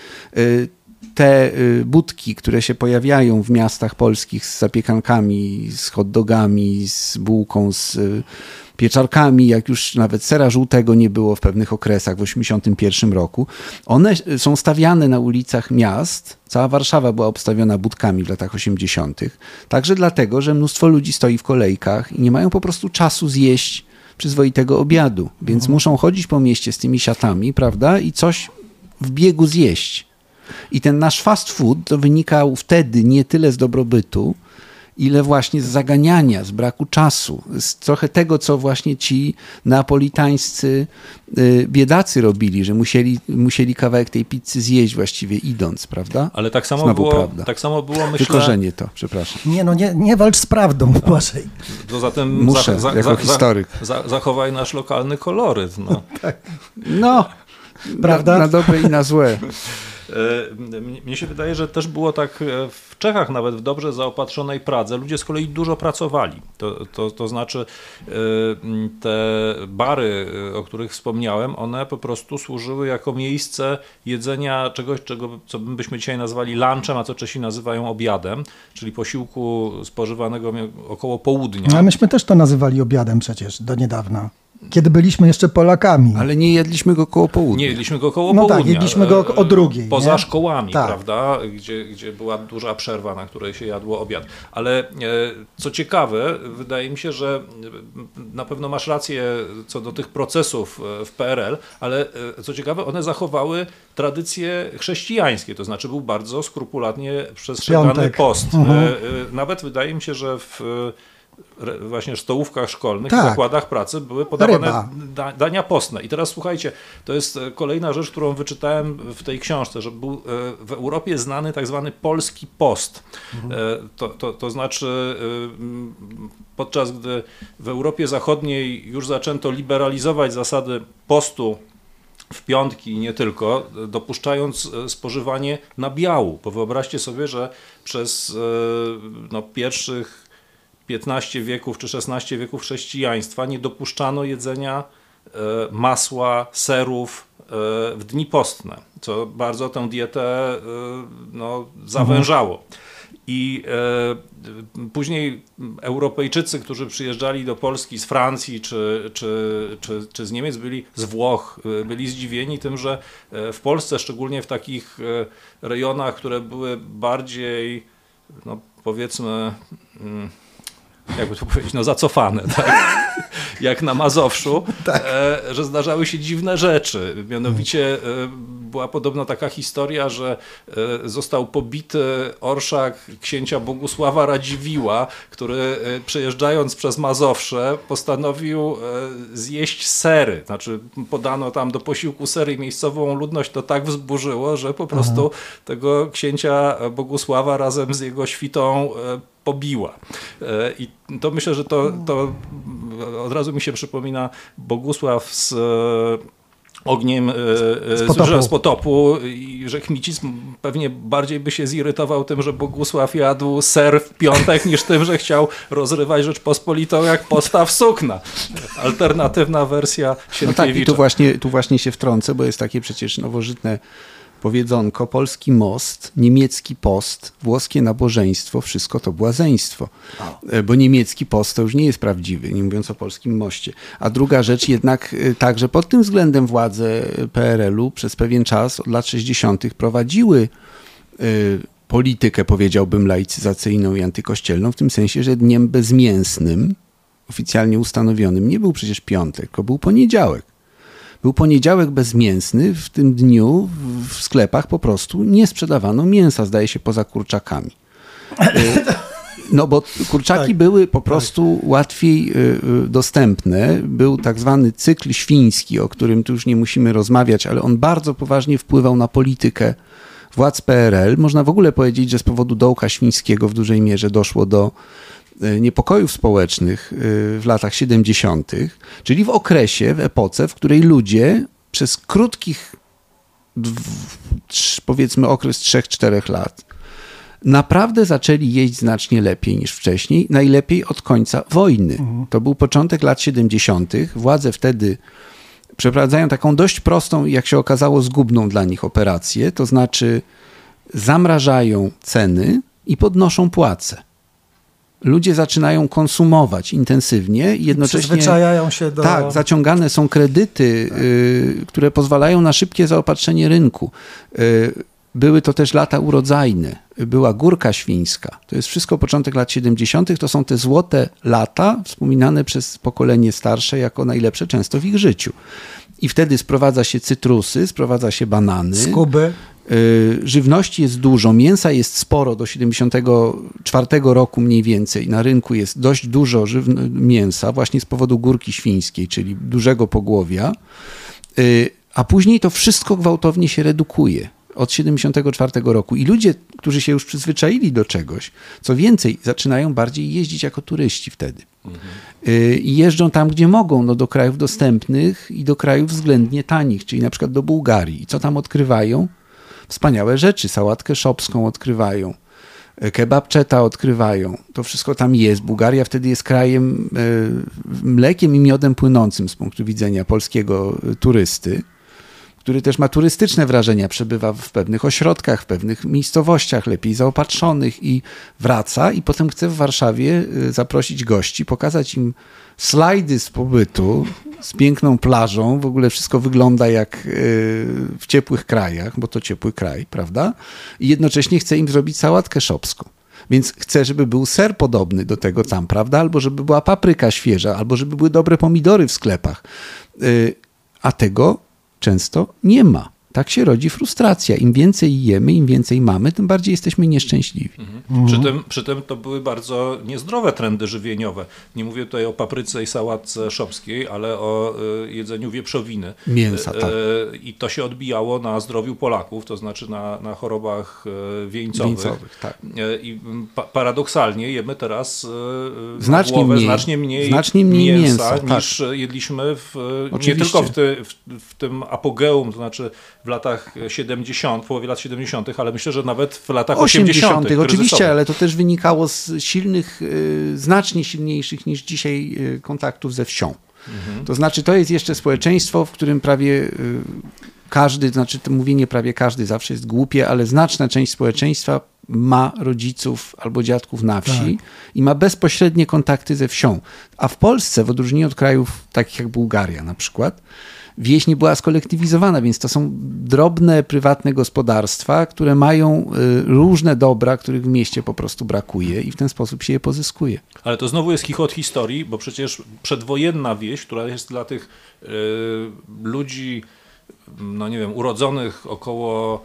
Speaker 2: Te budki, które się pojawiają w miastach polskich z zapiekankami, z hot dogami, z bułką, z pieczarkami, jak już nawet sera żółtego nie było w pewnych okresach w 1981 roku, one są stawiane na ulicach miast. Cała Warszawa była obstawiona budkami w latach 80. Także dlatego, że mnóstwo ludzi stoi w kolejkach i nie mają po prostu czasu zjeść przyzwoitego obiadu, więc muszą chodzić po mieście z tymi siatami, prawda, i coś w biegu zjeść. I ten nasz fast food to wynikał wtedy nie tyle z dobrobytu, ile właśnie z zaganiania, z braku czasu, z trochę tego, co właśnie ci neapolitańscy biedacy robili, że musieli kawałek tej pizzy zjeść właściwie idąc, prawda?
Speaker 3: Ale tak samo,
Speaker 2: Znowu
Speaker 3: było,
Speaker 2: prawda.
Speaker 3: tak samo było, myślę...
Speaker 2: Wykorzenię to, przepraszam.
Speaker 1: Nie, no nie walcz z prawdą, Błażej.
Speaker 3: Poza tym
Speaker 2: Muszę, jako historyk.
Speaker 3: Zachowaj nasz lokalny koloryt. No.
Speaker 2: No,
Speaker 1: Prawda?
Speaker 2: Na dobre i na złe.
Speaker 3: Mnie się wydaje, że też było tak w Czechach, nawet w dobrze zaopatrzonej Pradze. Ludzie z kolei dużo pracowali. To znaczy te bary, o których wspomniałem, one po prostu służyły jako miejsce jedzenia czegoś, co byśmy dzisiaj nazwali lunchem, a co Czesi nazywają obiadem, czyli posiłku spożywanego około południa.
Speaker 1: A myśmy też to nazywali obiadem przecież do niedawna. Kiedy byliśmy jeszcze Polakami.
Speaker 2: Ale nie jedliśmy go koło południa.
Speaker 3: Nie, jedliśmy go koło
Speaker 1: No
Speaker 3: południa.
Speaker 1: tak, jedliśmy go o drugiej.
Speaker 3: Poza
Speaker 1: nie?
Speaker 3: szkołami,
Speaker 1: tak.
Speaker 3: prawda, gdzie była duża przerwa, na której się jadło obiad. Ale co ciekawe, wydaje mi się, że na pewno masz rację co do tych procesów w PRL, ale co ciekawe, one zachowały tradycje chrześcijańskie, to znaczy był bardzo skrupulatnie przestrzegany
Speaker 1: Piątek.
Speaker 3: post. Nawet wydaje mi się, że w właśnie stołówkach szkolnych i
Speaker 1: Tak.
Speaker 3: zakładach pracy były podawane
Speaker 1: Ryba.
Speaker 3: dania postne. I teraz słuchajcie, to jest kolejna rzecz, którą wyczytałem w tej książce, że był w Europie znany tak zwany polski post. To znaczy podczas gdy w Europie Zachodniej już zaczęto liberalizować zasady postu w piątki i nie tylko, dopuszczając spożywanie nabiału. Bo wyobraźcie sobie, że przez pierwszych 15 wieków czy 16 wieków chrześcijaństwa nie dopuszczano jedzenia masła, serów w dni postne, co bardzo tę dietę zawężało. I później Europejczycy, którzy przyjeżdżali do Polski z Francji czy z Niemiec, z Włoch, byli zdziwieni tym, że w Polsce, szczególnie w takich rejonach, które były bardziej, powiedzmy, jakby to powiedzieć, zacofane, tak? Jak na Mazowszu, tak. Że zdarzały się dziwne rzeczy. Mianowicie była podobno taka historia, że został pobity orszak księcia Bogusława Radziwiłła, który przejeżdżając przez Mazowsze postanowił zjeść sery. Znaczy podano tam do posiłku sery i miejscową ludność to tak wzburzyło, że po prostu tego księcia Bogusława razem z jego świtą pobiła. I to myślę, że to od razu mi się przypomina Bogusław z ogniem z potopu i że Chmiecic pewnie bardziej by się zirytował tym, że Bogusław jadł ser w piątek, niż tym, że chciał rozrywać Rzeczpospolitą jak postaw sukna. Alternatywna wersja Sienkiewicza.
Speaker 2: No tak, i tu właśnie się wtrącę, bo jest takie przecież nowożytne powiedzonko, polski most, niemiecki post, włoskie nabożeństwo, wszystko to błazeństwo. Bo niemiecki post to już nie jest prawdziwy, nie mówiąc o polskim moście. A druga rzecz jednak także pod tym względem władze PRL-u przez pewien czas, od lat 60. prowadziły politykę, powiedziałbym, laicyzacyjną i antykościelną, w tym sensie, że dniem bezmięsnym, oficjalnie ustanowionym, nie był przecież piątek, tylko był poniedziałek. Był poniedziałek bezmięsny, w tym dniu w sklepach po prostu nie sprzedawano mięsa, zdaje się, poza kurczakami. No bo kurczaki były po prostu łatwiej dostępne. Był tak zwany cykl świński, o którym tu już nie musimy rozmawiać, ale on bardzo poważnie wpływał na politykę władz PRL. Można w ogóle powiedzieć, że z powodu dołka świńskiego w dużej mierze doszło do niepokojów społecznych w latach 70., czyli w okresie, w epoce, w której ludzie przez krótkich, powiedzmy okres 3-4 lat, naprawdę zaczęli jeść znacznie lepiej niż wcześniej, najlepiej od końca wojny. To był początek lat 70. Władze wtedy przeprowadzają taką dość prostą i jak się okazało zgubną dla nich operację, to znaczy zamrażają ceny i podnoszą płace. Ludzie zaczynają konsumować intensywnie i jednocześnie
Speaker 1: przyzwyczajają się do...
Speaker 2: Tak, zaciągane są kredyty, które pozwalają na szybkie zaopatrzenie rynku. Były to też lata urodzajne, była górka świńska. To jest wszystko początek lat 70. To są te złote lata wspominane przez pokolenie starsze jako najlepsze często w ich życiu. I wtedy sprowadza się cytrusy, sprowadza się banany.
Speaker 1: Skuby.
Speaker 2: Żywności jest dużo, mięsa jest sporo, do 74 roku mniej więcej na rynku jest dość dużo mięsa właśnie z powodu górki świńskiej, czyli dużego pogłowia, a później to wszystko gwałtownie się redukuje od 74 roku i ludzie, którzy się już przyzwyczaili do czegoś, co więcej, zaczynają bardziej jeździć jako turyści wtedy. I jeżdżą tam, gdzie mogą, no do krajów dostępnych i do krajów względnie tanich, czyli na przykład do Bułgarii. I co tam odkrywają? Wspaniałe rzeczy. Sałatkę szopską odkrywają, kebabczeta odkrywają. To wszystko tam jest. Bułgaria wtedy jest krajem mlekiem i miodem płynącym z punktu widzenia polskiego turysty, który też ma turystyczne wrażenia, przebywa w pewnych ośrodkach, w pewnych miejscowościach lepiej zaopatrzonych i wraca i potem chce w Warszawie zaprosić gości, pokazać im slajdy z pobytu z piękną plażą, w ogóle wszystko wygląda jak w ciepłych krajach, bo to ciepły kraj, prawda? I jednocześnie chce im zrobić sałatkę szopską. Więc chce, żeby był ser podobny do tego tam, prawda? Albo żeby była papryka świeża, albo żeby były dobre pomidory w sklepach. A tego często nie ma. Tak się rodzi frustracja. Im więcej jemy, im więcej mamy, tym bardziej jesteśmy nieszczęśliwi.
Speaker 3: Przy tym to były bardzo niezdrowe trendy żywieniowe. Nie mówię tutaj o papryce i sałatce szopskiej, ale o jedzeniu wieprzowiny.
Speaker 2: Mięsa, tak.
Speaker 3: I to się odbijało na zdrowiu Polaków, to znaczy na chorobach wieńcowych.
Speaker 2: Tak.
Speaker 3: I paradoksalnie jemy teraz
Speaker 2: znacznie mniej mięsa
Speaker 3: niż jedliśmy nie tylko w tym apogeum, to znaczy w latach 70, w połowie lat 70., ale myślę, że nawet w latach 80.
Speaker 2: Oczywiście, ale to też wynikało z silnych, znacznie silniejszych niż dzisiaj kontaktów ze wsią. To znaczy, to jest jeszcze społeczeństwo, w którym prawie każdy, znaczy to mówienie prawie każdy zawsze jest głupie, ale znaczna część społeczeństwa ma rodziców albo dziadków na wsi i ma bezpośrednie kontakty ze wsią. A w Polsce, w odróżnieniu od krajów takich jak Bułgaria na przykład, wieś nie była skolektywizowana, więc to są drobne, prywatne gospodarstwa, które mają różne dobra, których w mieście po prostu brakuje i w ten sposób się je pozyskuje.
Speaker 3: Ale to znowu jest chichot historii, bo przecież przedwojenna wieś, która jest dla tych ludzi, no nie wiem, urodzonych około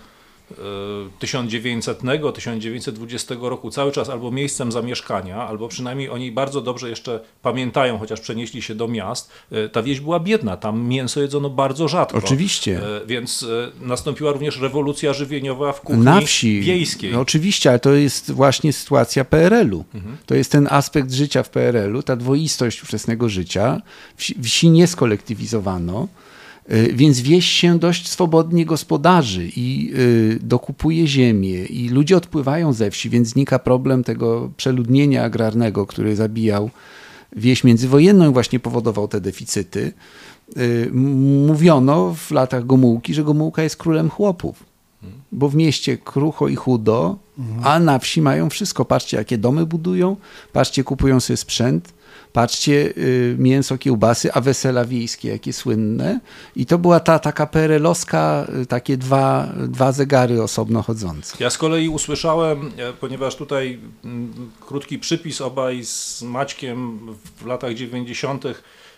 Speaker 3: 1900-1920 roku cały czas albo miejscem zamieszkania, albo przynajmniej oni bardzo dobrze jeszcze pamiętają, chociaż przenieśli się do miast. Ta wieś była biedna, tam mięso jedzono bardzo rzadko.
Speaker 2: Oczywiście.
Speaker 3: Więc nastąpiła również rewolucja żywieniowa w kuchni
Speaker 2: na wsi
Speaker 3: wiejskiej.
Speaker 2: No oczywiście, ale to jest właśnie sytuacja PRL-u. To jest ten aspekt życia w PRL-u, ta dwoistość ówczesnego życia. Wsi nie skolektywizowano. Więc wieś się dość swobodnie gospodarzy i dokupuje ziemię i ludzie odpływają ze wsi, więc znika problem tego przeludnienia agrarnego, który zabijał wieś międzywojenną i właśnie powodował te deficyty. Mówiono w latach Gomułki, że Gomułka jest królem chłopów, bo w mieście krucho i chudo, a na wsi mają wszystko. Patrzcie, jakie domy budują, patrzcie, kupują sobie sprzęt. Patrzcie, mięso, kiełbasy, a wesela wiejskie, jakie słynne. I to była ta taka PRL-owska, takie dwa zegary osobno chodzące.
Speaker 3: Ja z kolei usłyszałem, ponieważ tutaj krótki przypis obaj z Maćkiem w latach 90.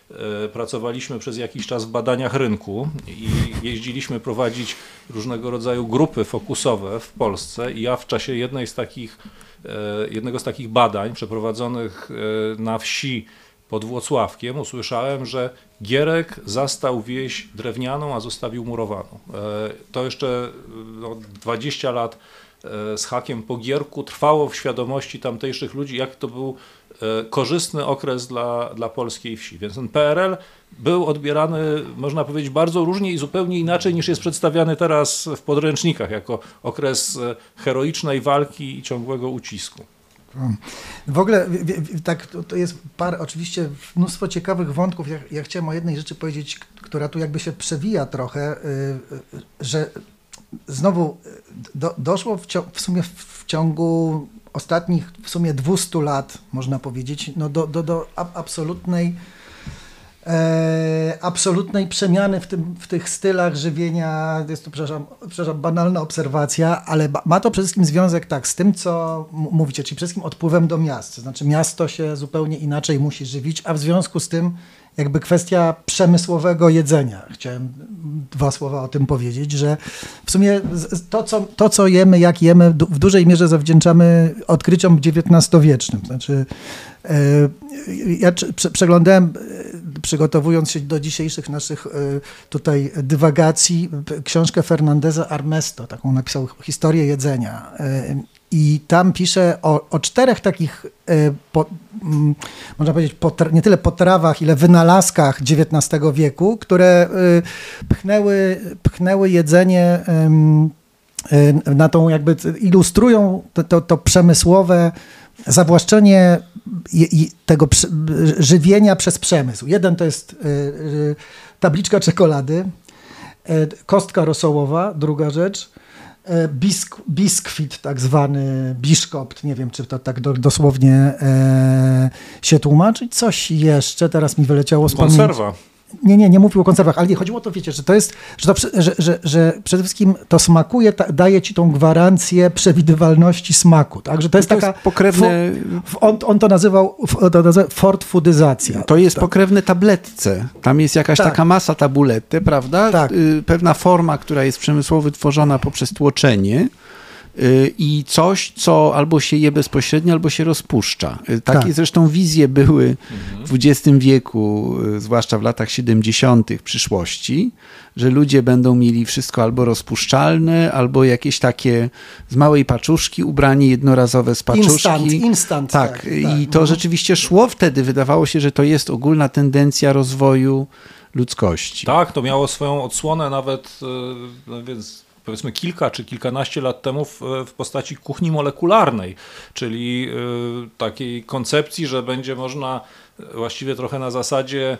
Speaker 3: pracowaliśmy przez jakiś czas w badaniach rynku i jeździliśmy prowadzić różnego rodzaju grupy fokusowe w Polsce i ja w czasie jednego z takich badań przeprowadzonych na wsi pod Włocławkiem usłyszałem, że Gierek zastał wieś drewnianą, a zostawił murowaną. To jeszcze 20 lat z hakiem po Gierku trwało w świadomości tamtejszych ludzi, jak to był korzystny okres dla polskiej wsi. Więc ten PRL był odbierany, można powiedzieć, bardzo różnie i zupełnie inaczej niż jest przedstawiany teraz w podręcznikach, jako okres heroicznej walki i ciągłego ucisku.
Speaker 1: W ogóle tak, to jest oczywiście mnóstwo ciekawych wątków. Ja chciałem o jednej rzeczy powiedzieć, która tu jakby się przewija trochę, że znowu doszło w sumie w ciągu ostatnich w sumie 200 lat, można powiedzieć, no do absolutnej przemiany w tych stylach żywienia. Jest to, przepraszam, banalna obserwacja, ale ma to przede wszystkim związek tak z tym, co mówicie, czyli przede wszystkim odpływem do miast. To znaczy miasto się zupełnie inaczej musi żywić, a w związku z tym jakby kwestia przemysłowego jedzenia. Chciałem 2 słowa o tym powiedzieć, że w sumie to, co jemy, jak jemy, w dużej mierze zawdzięczamy odkryciom XIX-wiecznym. Znaczy, ja przeglądałem, przygotowując się do dzisiejszych naszych tutaj dywagacji, książkę Fernandeza Armesto, taką napisał Historię jedzenia. I tam pisze o 4 takich, można powiedzieć, nie tyle potrawach, ile wynalazkach XIX wieku, które pchnęły jedzenie na tą jakby, ilustrują to przemysłowe zawłaszczenie tego żywienia przez przemysł. Jeden to jest tabliczka czekolady, kostka rosołowa, druga rzecz, biskwit, tak zwany biszkopt, nie wiem, czy to tak dosłownie się tłumaczy. Coś jeszcze, teraz mi wyleciało z pamięci.
Speaker 3: Konserwa.
Speaker 1: Nie mówił o konserwach, ale nie, chodziło o to, wiecie, że to jest, że przede wszystkim to smakuje, daje ci tą gwarancję przewidywalności smaku, tak? Że to jest taka
Speaker 2: pokrewne...
Speaker 1: On to nazywał fortfoodyzacja.
Speaker 2: To jest pokrewne tabletce. Tam jest jakaś taka masa tabulety, prawda?
Speaker 1: Tak.
Speaker 2: Pewna forma, która jest przemysłowo wytworzona poprzez tłoczenie i coś, co albo się je bezpośrednio, albo się rozpuszcza. Takie zresztą wizje były w XX wieku, zwłaszcza w latach 70. przyszłości, że ludzie będą mieli wszystko albo rozpuszczalne, albo jakieś takie z małej paczuszki, ubranie jednorazowe z paczuszki.
Speaker 1: Instant.
Speaker 2: Tak. I to rzeczywiście szło wtedy. Wydawało się, że to jest ogólna tendencja rozwoju ludzkości.
Speaker 3: Tak, to miało swoją odsłonę nawet, więc powiedzmy kilka czy kilkanaście lat temu w postaci kuchni molekularnej, czyli takiej koncepcji, że będzie można właściwie trochę na zasadzie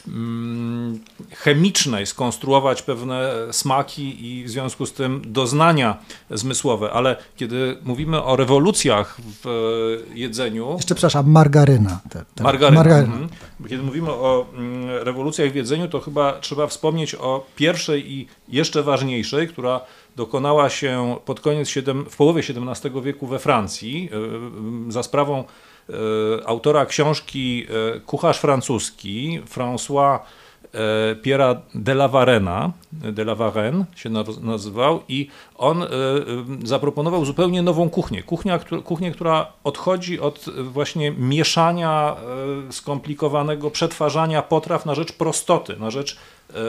Speaker 3: chemicznej skonstruować pewne smaki i w związku z tym doznania zmysłowe, ale kiedy mówimy o rewolucjach w jedzeniu...
Speaker 1: Jeszcze przepraszam, margaryna.
Speaker 3: Margaryna. Kiedy mówimy o rewolucjach w jedzeniu, to chyba trzeba wspomnieć o pierwszej i jeszcze ważniejszej, która dokonała się pod koniec, w połowie XVII wieku we Francji za sprawą autora książki Kucharz francuski, François Pierre de la Varenne się nazywał i on zaproponował zupełnie nową kuchnię. Kuchnię, która odchodzi od właśnie mieszania skomplikowanego, przetwarzania potraw na rzecz prostoty, na rzecz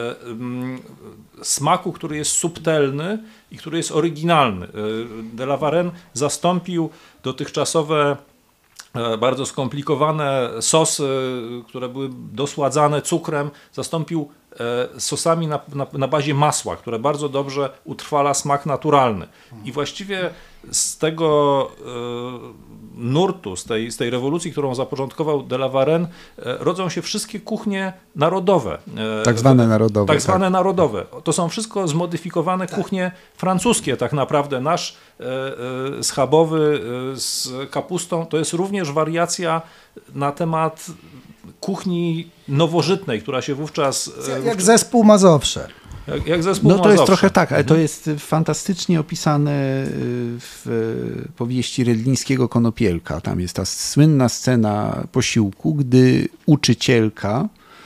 Speaker 3: smaku, który jest subtelny i który jest oryginalny. De la Varenne zastąpił dotychczasowe bardzo skomplikowane sosy, które były dosładzane cukrem, zastąpił sosami na bazie masła, które bardzo dobrze utrwala smak naturalny. I właściwie z tego nurtu, z tej rewolucji, którą zapoczątkował de la Varenne, rodzą się wszystkie kuchnie narodowe.
Speaker 2: Tak zwane narodowe.
Speaker 3: Tak zwane narodowe. To są wszystko zmodyfikowane kuchnie francuskie tak naprawdę. Nasz schabowy z kapustą to jest również wariacja na temat kuchni nowożytnej, która się wówczas...
Speaker 1: Jak zespół Mazowsze.
Speaker 3: Jak zespół
Speaker 2: No to jest
Speaker 3: Mazowsze.
Speaker 2: trochę tak, ale to jest fantastycznie opisane w powieści Rydlińskiego Konopielka. Tam jest ta słynna scena posiłku, gdy uczycielka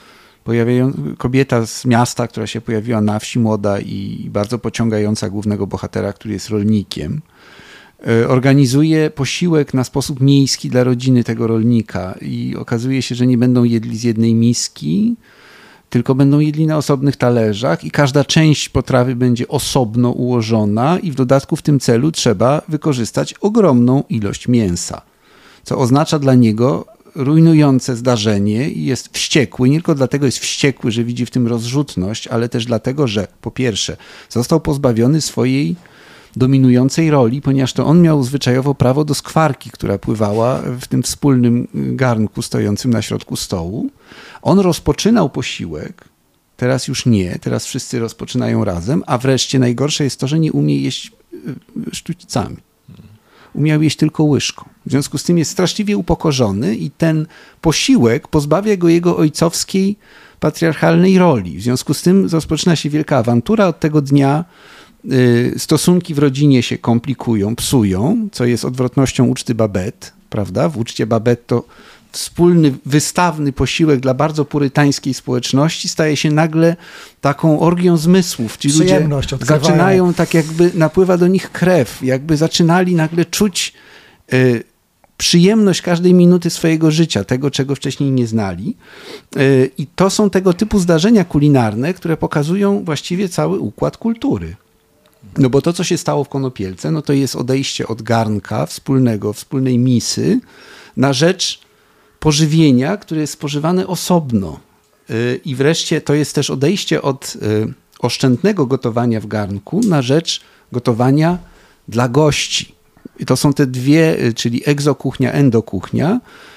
Speaker 2: Kobieta z miasta, która się pojawiła na wsi, młoda i bardzo pociągająca głównego bohatera, który jest rolnikiem, organizuje posiłek na sposób miejski dla rodziny tego rolnika i okazuje się, że nie będą jedli z jednej miski, tylko będą jedli na osobnych talerzach i każda część potrawy będzie osobno ułożona i w dodatku w tym celu trzeba wykorzystać ogromną ilość mięsa, co oznacza dla niego rujnujące zdarzenie i jest wściekły. Nie tylko dlatego jest wściekły, że widzi w tym rozrzutność, ale też dlatego, że po pierwsze został pozbawiony swojej dominującej roli, ponieważ to on miał zwyczajowo prawo do skwarki, która pływała w tym wspólnym garnku stojącym na środku stołu. On rozpoczynał posiłek, teraz już nie, teraz wszyscy rozpoczynają razem, a wreszcie najgorsze jest to, że nie umie jeść sztućcami. Umiał jeść tylko łyżką. W związku z tym jest straszliwie upokorzony i ten posiłek pozbawia go jego ojcowskiej, patriarchalnej roli. W związku z tym rozpoczyna się wielka awantura. Od tego dnia stosunki w rodzinie się komplikują, psują, co jest odwrotnością uczty Babet, prawda? W uczcie Babet to wspólny, wystawny posiłek dla bardzo purytańskiej społeczności staje się nagle taką orgią zmysłów. Ci ludzie zaczynają, tak jakby napływa do nich krew, jakby zaczynali nagle czuć przyjemność każdej minuty swojego życia, tego, czego wcześniej nie znali. I to są tego typu zdarzenia kulinarne, które pokazują właściwie cały układ kultury. No bo to, co się stało w Konopielce, no to jest odejście od garnka wspólnej misy na rzecz pożywienia, które jest spożywane osobno. I wreszcie to jest też odejście od oszczędnego gotowania w garnku na rzecz gotowania dla gości. I to są te dwie, czyli egzokuchnia, endokuchnia.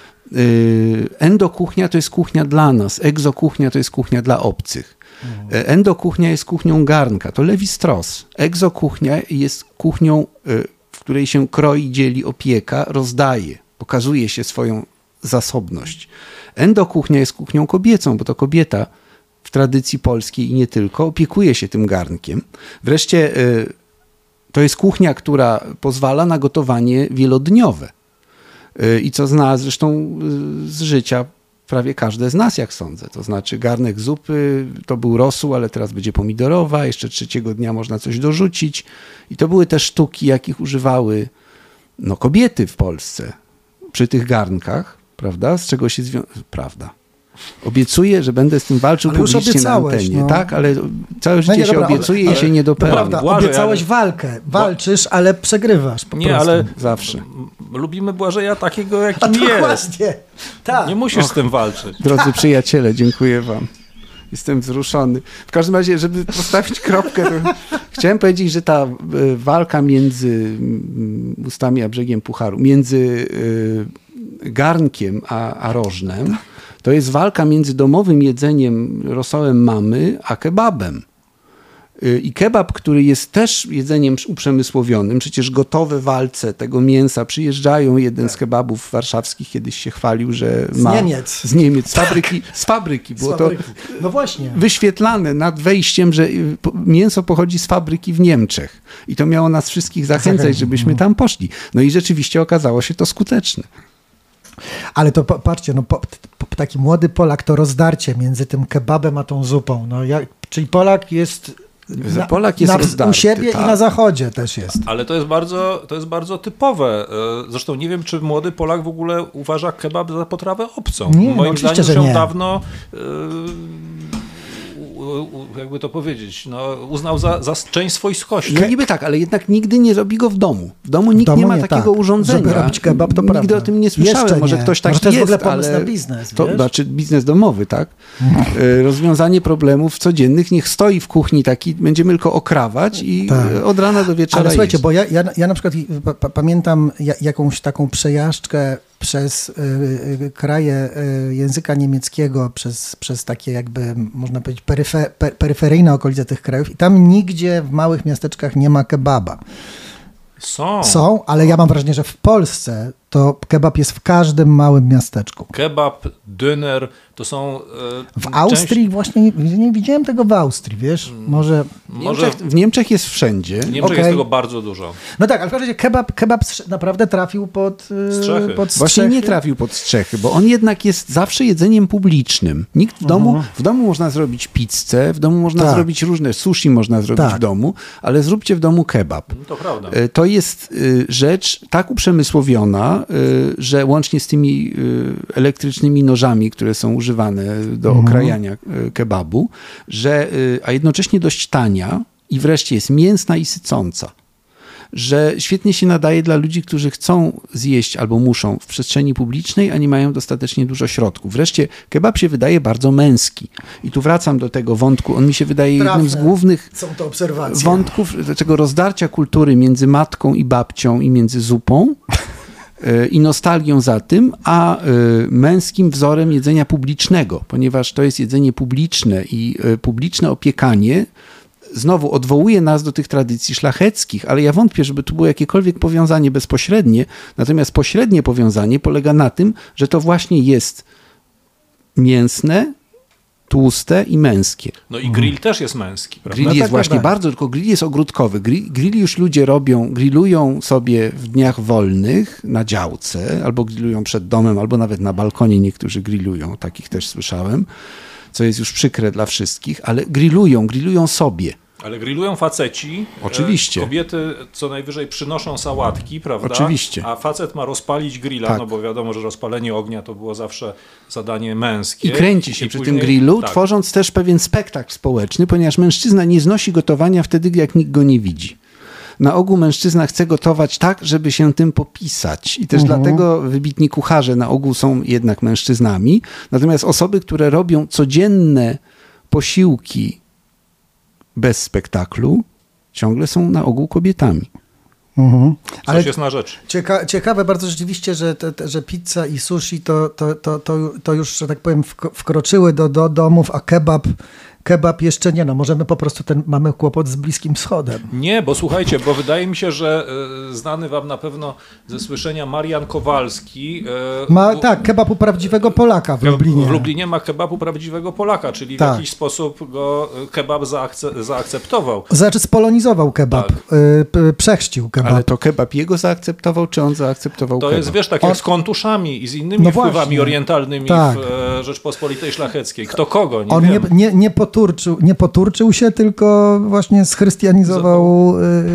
Speaker 2: Endokuchnia to jest kuchnia dla nas, egzokuchnia to jest kuchnia dla obcych. Endokuchnia jest kuchnią garnka, to Lévi-Strauss. Egzokuchnia jest kuchnią, w której się kroi, dzieli, opieka, rozdaje, pokazuje się swoją zasobność. Endokuchnia jest kuchnią kobiecą, bo to kobieta w tradycji polskiej i nie tylko opiekuje się tym garnkiem. Wreszcie to jest kuchnia, która pozwala na gotowanie wielodniowe. I co zna zresztą z życia prawie każde z nas, jak sądzę. To znaczy garnek zupy, to był rosół, ale teraz będzie pomidorowa, jeszcze trzeciego dnia można coś dorzucić. I to były te sztuki, jakich używały kobiety w Polsce przy tych garnkach, prawda? Z czego się prawda. Obiecuję, że będę z tym walczył publicznie na antenie. No. Tak, ale całe życie się obiecuje i się nie dopełni.
Speaker 1: Prawda, obiecałeś walkę. Walczysz, ale przegrywasz po prostu.
Speaker 3: Ale
Speaker 2: zawsze.
Speaker 3: Lubimy Błażeja takiego, jakim jest.
Speaker 1: Tak.
Speaker 3: Nie musisz z tym walczyć.
Speaker 2: Drodzy przyjaciele, dziękuję wam. Jestem wzruszony. W każdym razie, żeby postawić kropkę, to chciałem powiedzieć, że ta walka między ustami a brzegiem pucharu, między garnkiem a rożnem, to jest walka między domowym jedzeniem, rosołem mamy, a kebabem. I kebab, który jest też jedzeniem uprzemysłowionym, przecież gotowe walce tego mięsa przyjeżdżają. Jeden z kebabów warszawskich kiedyś się chwalił, że ma... Z Niemiec. Z fabryki. Było to wyświetlane nad wejściem, że mięso pochodzi z fabryki w Niemczech. I to miało nas wszystkich zachęcać, żebyśmy tam poszli. No i rzeczywiście okazało się to skuteczne.
Speaker 1: Ale to patrzcie, taki młody Polak, to rozdarcie między tym kebabem a tą zupą. Czyli Polak jest...
Speaker 2: Polak jest rozdarty,
Speaker 1: u siebie tak. I na zachodzie też jest.
Speaker 3: Ale to jest bardzo typowe. Zresztą nie wiem, czy młody Polak w ogóle uważa kebab za potrawę obcą.
Speaker 1: Nie,
Speaker 3: Moim zdaniem
Speaker 1: że
Speaker 3: się
Speaker 1: nie.
Speaker 3: dawno jakby to powiedzieć, uznał za część swojskości.
Speaker 2: No niby tak, ale jednak nigdy nie robi go w domu. W domu nikt nie ma takiego urządzenia.
Speaker 1: Żeby robić kebab, to
Speaker 2: nigdy
Speaker 1: prawda.
Speaker 2: o tym nie słyszałem. Może ktoś taki
Speaker 1: to jest
Speaker 2: jest,
Speaker 1: w ogóle pomysł
Speaker 2: ale
Speaker 1: na biznes,
Speaker 2: to znaczy biznes domowy, tak? Rozwiązanie problemów codziennych. Niech stoi w kuchni taki, będziemy tylko okrawać i od rana do wieczora
Speaker 1: ale słuchajcie,
Speaker 2: jeść.
Speaker 1: bo ja na przykład pamiętam jakąś taką przejażdżkę przez kraje języka niemieckiego, przez takie jakby, można powiedzieć, peryferyjne okolice tych krajów i tam nigdzie w małych miasteczkach nie ma kebaba. Są, ale ja mam wrażenie, że w Polsce to kebab jest w każdym małym miasteczku.
Speaker 3: Kebab, döner, to są...
Speaker 1: W Austrii właśnie nie widziałem tego w Austrii, wiesz? Może...
Speaker 2: W Niemczech jest wszędzie.
Speaker 3: W Niemczech jest tego bardzo dużo.
Speaker 1: No tak, ale w każdym razie kebab naprawdę trafił pod
Speaker 3: Strzechy.
Speaker 2: Właśnie nie trafił pod strzechy, bo on jednak jest zawsze jedzeniem publicznym. Nikt w domu można zrobić pizzę, w domu można zrobić różne, sushi można zrobić w domu, ale zróbcie w domu kebab.
Speaker 3: To prawda.
Speaker 2: To jest rzecz tak uprzemysłowiona, że łącznie z tymi elektrycznymi nożami, które są używane do okrajania kebabu, a jednocześnie dość tania i wreszcie jest mięsna i sycąca. Że świetnie się nadaje dla ludzi, którzy chcą zjeść albo muszą w przestrzeni publicznej, a nie mają dostatecznie dużo środków. Wreszcie kebab się wydaje bardzo męski. I tu wracam do tego wątku. On mi się wydaje jednym z głównych wątków tego rozdarcia kultury między matką i babcią i między zupą i nostalgią za tym, a męskim wzorem jedzenia publicznego, ponieważ to jest jedzenie publiczne i publiczne opiekanie znowu odwołuje nas do tych tradycji szlacheckich, ale ja wątpię, żeby tu było jakiekolwiek powiązanie bezpośrednie, natomiast pośrednie powiązanie polega na tym, że to właśnie jest mięsne, tłuste i męskie.
Speaker 3: No i grill też jest męski, prawda?
Speaker 2: Grill jest właśnie bardzo, tylko grill jest ogródkowy. Grill już ludzie grillują sobie w dniach wolnych na działce, albo grillują przed domem, albo nawet na balkonie niektórzy grillują, takich też słyszałem, co jest już przykre dla wszystkich, ale grillują sobie.
Speaker 3: Ale grillują faceci.
Speaker 2: Oczywiście.
Speaker 3: Kobiety co najwyżej przynoszą sałatki, prawda?
Speaker 2: Oczywiście.
Speaker 3: A facet ma rozpalić grilla,
Speaker 2: tak.
Speaker 3: No bo wiadomo, że rozpalenie ognia to było zawsze zadanie męskie.
Speaker 2: I kręci się przy tym grillu, tworząc też pewien spektakl społeczny, ponieważ mężczyzna nie znosi gotowania wtedy, jak nikt go nie widzi. Na ogół mężczyzna chce gotować tak, żeby się tym popisać. I też dlatego wybitni kucharze na ogół są jednak mężczyznami. Natomiast osoby, które robią codzienne posiłki bez spektaklu, ciągle są na ogół kobietami.
Speaker 3: Ale coś jest na rzecz.
Speaker 1: Ciekawe bardzo rzeczywiście, że pizza i sushi to już, że tak powiem, wkroczyły do domów, a kebab jeszcze nie. No, możemy po prostu mamy kłopot z Bliskim Wschodem.
Speaker 3: Nie, bo słuchajcie, bo wydaje mi się, że znany wam na pewno ze słyszenia Marian Kowalski.
Speaker 1: Tak, kebab u prawdziwego Polaka w Lublinie.
Speaker 3: W Lublinie ma kebab u prawdziwego Polaka, czyli w jakiś sposób go kebab zaakceptował.
Speaker 1: Znaczy spolonizował kebab, przechrzcił kebab.
Speaker 2: Ale to kebab jego zaakceptował, czy on zaakceptował kebab?
Speaker 3: To jest, wiesz, tak jak z kontuszami i z innymi wpływami orientalnymi w Rzeczpospolitej Szlacheckiej. Kto kogo, nie wiem.
Speaker 1: Nie poturczył się, tylko właśnie schrystianizował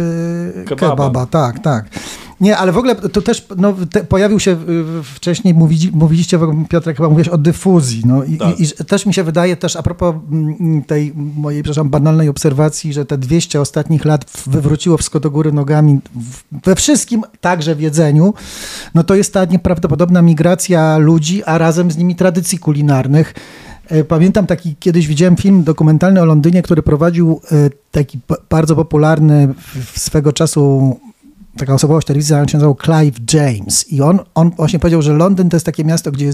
Speaker 1: kebaba. Tak. Nie, ale w ogóle to też pojawił się wcześniej, mówiliście, Piotrek, chyba mówiłeś o dyfuzji. No, i też mi się wydaje, też a propos tej mojej, banalnej obserwacji, że te 200 ostatnich lat wywróciło wszystko do góry nogami we wszystkim, także w jedzeniu, no to jest ta nieprawdopodobna migracja ludzi, a razem z nimi tradycji kulinarnych. Pamiętam kiedyś widziałem film dokumentalny o Londynie, który prowadził taki bardzo popularny swego czasu taka osobowość telewizji, on się nazywał Clive James i on właśnie powiedział, że Londyn to jest takie miasto, gdzie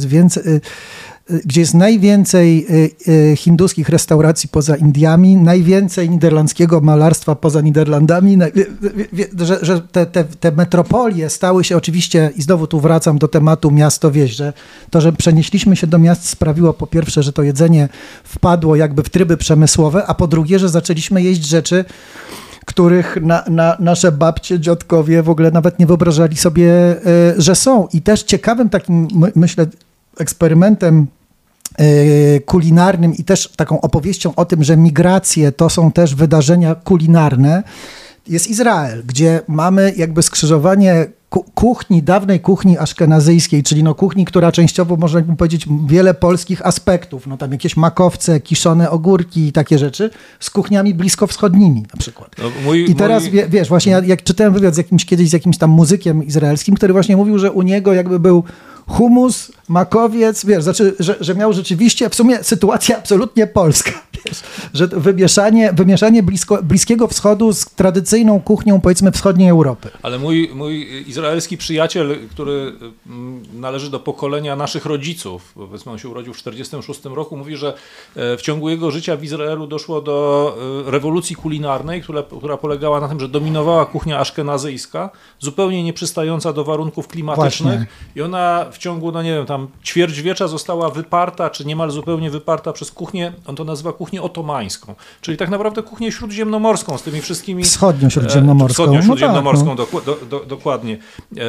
Speaker 1: jest najwięcej hinduskich restauracji poza Indiami, najwięcej niderlandzkiego malarstwa poza Niderlandami, że te metropolie stały się oczywiście, i znowu tu wracam do tematu miasto-wieś, że to, że przenieśliśmy się do miast sprawiło po pierwsze, że to jedzenie wpadło jakby w tryby przemysłowe, a po drugie, że zaczęliśmy jeść rzeczy, których nasze babcie, dziadkowie w ogóle nawet nie wyobrażali sobie, że są. I też ciekawym takim, myślę, eksperymentem kulinarnym i też taką opowieścią o tym, że migracje to są też wydarzenia kulinarne, jest Izrael, gdzie mamy jakby skrzyżowanie dawnej kuchni aszkenazyjskiej, czyli kuchni, która częściowo, można powiedzieć, wiele polskich aspektów, tam jakieś makowce, kiszone ogórki i takie rzeczy, z kuchniami bliskowschodnimi na przykład. I teraz, wiesz, właśnie jak czytałem wywiad kiedyś z jakimś tam muzykiem izraelskim, który właśnie mówił, że u niego jakby był hummus, makowiec, wiesz, znaczy, że miał rzeczywiście, w sumie sytuacja absolutnie polska, wiesz, że wymieszanie Bliskiego Wschodu z tradycyjną kuchnią, powiedzmy, wschodniej Europy.
Speaker 3: Ale mój izraelski przyjaciel, który należy do pokolenia naszych rodziców, powiedzmy on się urodził w 1946 roku, mówi, że w ciągu jego życia w Izraelu doszło do rewolucji kulinarnej, która polegała na tym, że dominowała kuchnia aszkenazyjska, zupełnie nieprzystająca do warunków klimatycznych. Właśnie. I ona w ciągu, no nie wiem, tam ćwierćwiecza została wyparta, czy niemal zupełnie wyparta przez kuchnię, on to nazywa kuchnię otomańską, czyli tak naprawdę kuchnię śródziemnomorską z tymi wszystkimi...
Speaker 1: Wschodnio-śródziemnomorską.
Speaker 3: Dokładnie.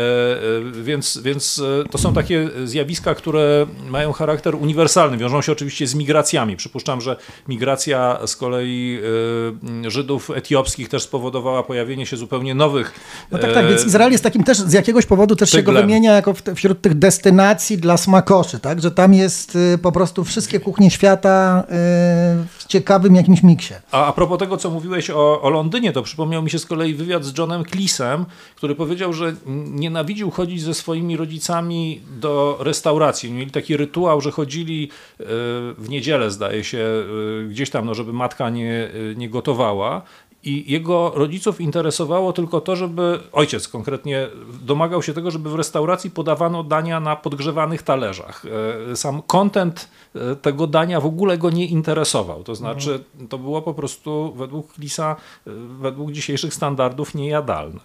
Speaker 3: Więc to są takie zjawiska, które mają charakter uniwersalny, wiążą się oczywiście z migracjami. Przypuszczam, że migracja z kolei Żydów etiopskich też spowodowała pojawienie się zupełnie nowych...
Speaker 1: No tak, więc Izrael jest takim też, z jakiegoś powodu też się go wymienia jako wśród tych destynacji dla smakoszy, tak? Że tam jest po prostu wszystkie kuchnie świata w ciekawym jakimś miksie.
Speaker 3: A propos tego, co mówiłeś o Londynie, to przypomniał mi się z kolei wywiad z Johnem Cleese'em, który powiedział, że nienawidził chodzić ze swoimi rodzicami do restauracji. Mieli taki rytuał, że chodzili w niedzielę, zdaje się, gdzieś tam, no, żeby matka nie gotowała. I jego rodziców interesowało tylko to, żeby, ojciec konkretnie domagał się tego, żeby w restauracji podawano dania na podgrzewanych talerzach. Sam content tego dania w ogóle go nie interesował. To znaczy, to było po prostu według Cleese'a, według dzisiejszych standardów niejadalne.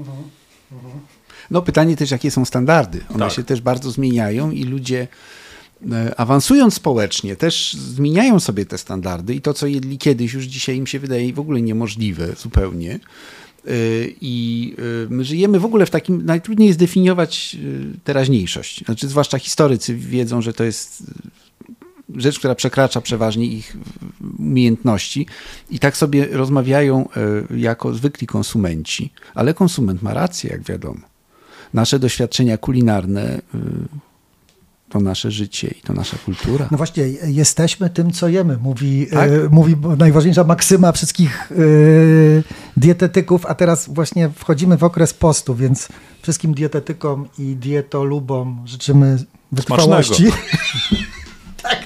Speaker 2: No pytanie też, jakie są standardy. One się też bardzo zmieniają i ludzie awansując społecznie też zmieniają sobie te standardy i to, co jedli kiedyś, już dzisiaj im się wydaje w ogóle niemożliwe zupełnie. I my żyjemy w ogóle w takim, najtrudniej jest definiować teraźniejszość. Znaczy, zwłaszcza historycy wiedzą, że to jest rzecz, która przekracza przeważnie ich umiejętności i tak sobie rozmawiają jako zwykli konsumenci. Ale konsument ma rację, jak wiadomo. Nasze doświadczenia kulinarne to nasze życie i to nasza kultura.
Speaker 1: No właśnie, jesteśmy tym, co jemy, mówi najważniejsza maksyma wszystkich dietetyków, a teraz właśnie wchodzimy w okres postu, więc wszystkim dietetykom i dietolubom życzymy wytrwałości. Tak,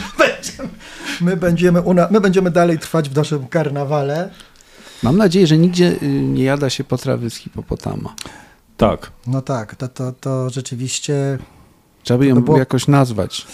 Speaker 1: my będziemy dalej trwać w naszym karnawale.
Speaker 2: Mam nadzieję, że nigdzie nie jada się potrawy z hipopotama.
Speaker 3: Tak.
Speaker 1: No tak, to rzeczywiście...
Speaker 2: Trzeba by ją jakoś nazwać.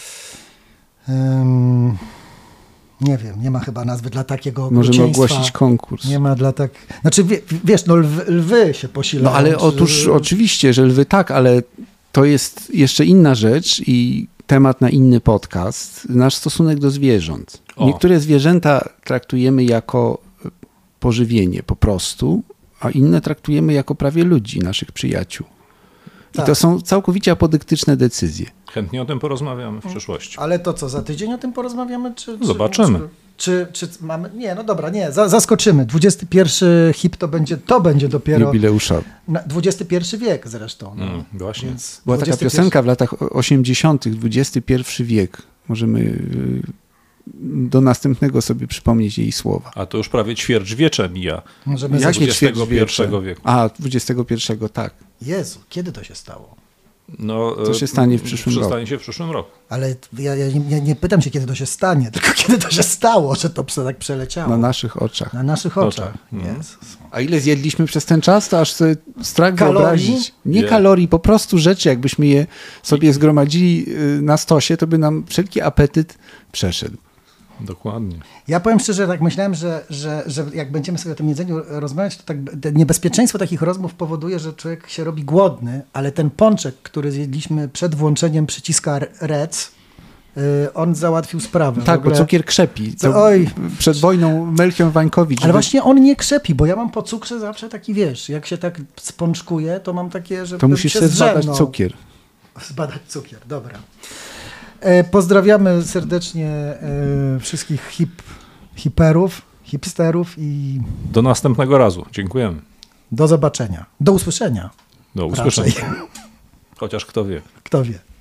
Speaker 1: Nie wiem, nie ma chyba nazwy dla takiego
Speaker 2: Możemy ogłosić konkurs.
Speaker 1: Nie ma dla tak... Znaczy, wiesz, no lwy się posilają.
Speaker 2: No ale otóż oczywiście, że lwy tak, ale to jest jeszcze inna rzecz i temat na inny podcast. Nasz stosunek do zwierząt. Niektóre zwierzęta traktujemy jako pożywienie po prostu, a inne traktujemy jako prawie ludzi, naszych przyjaciół. I to są całkowicie apodyktyczne decyzje.
Speaker 3: Chętnie o tym porozmawiamy w przyszłości.
Speaker 1: Ale to co, za tydzień o tym porozmawiamy?
Speaker 3: Zobaczymy.
Speaker 1: Czy mamy... Nie, no dobra, nie, zaskoczymy. 21 hip to będzie dopiero...
Speaker 2: Jubileusza.
Speaker 1: 21 wiek zresztą. No.
Speaker 3: Właśnie.
Speaker 1: Więc
Speaker 2: była taka piosenka w latach 80. XXI wiek. Możemy do następnego sobie przypomnieć jej słowa.
Speaker 3: A to już prawie ćwierćwiecze mija.
Speaker 1: Możemy
Speaker 3: z XXI wieku.
Speaker 2: A, XXI, tak.
Speaker 1: Jezu, kiedy to się stało?
Speaker 2: No, to się stanie w przyszłym roku.
Speaker 3: Stanie się w przyszłym roku.
Speaker 1: Ale ja nie pytam się, kiedy to się stanie, tylko kiedy to się stało, że to tak przeleciało.
Speaker 2: Na naszych oczach.
Speaker 1: Na naszych oczach. Jezus.
Speaker 2: A ile zjedliśmy przez ten czas, to aż sobie strach wyobrazić. Nie kalorii, po prostu rzeczy, jakbyśmy je sobie zgromadzili na stosie, to by nam wszelki apetyt przeszedł.
Speaker 3: Dokładnie.
Speaker 1: Ja powiem szczerze, tak myślałem, że jak będziemy sobie o tym jedzeniu rozmawiać, to tak niebezpieczeństwo takich rozmów powoduje, że człowiek się robi głodny, ale ten pączek, który zjedliśmy przed włączeniem przyciska rec, on załatwił sprawę.
Speaker 2: Tak, bo cukier krzepi. Przed wojną Melchior Wańkowicz.
Speaker 1: Ale właśnie on nie krzepi, bo ja mam po cukrze zawsze taki, wiesz, jak się tak spączkuje, to mam takie, że
Speaker 2: to musisz sobie zbadać cukier.
Speaker 1: Zbadać cukier, dobra. Pozdrawiamy serdecznie wszystkich hipsterów i...
Speaker 3: Do następnego razu. Dziękujemy.
Speaker 1: Do zobaczenia. Do usłyszenia.
Speaker 3: Do usłyszenia. Chociaż kto wie.
Speaker 1: Kto wie.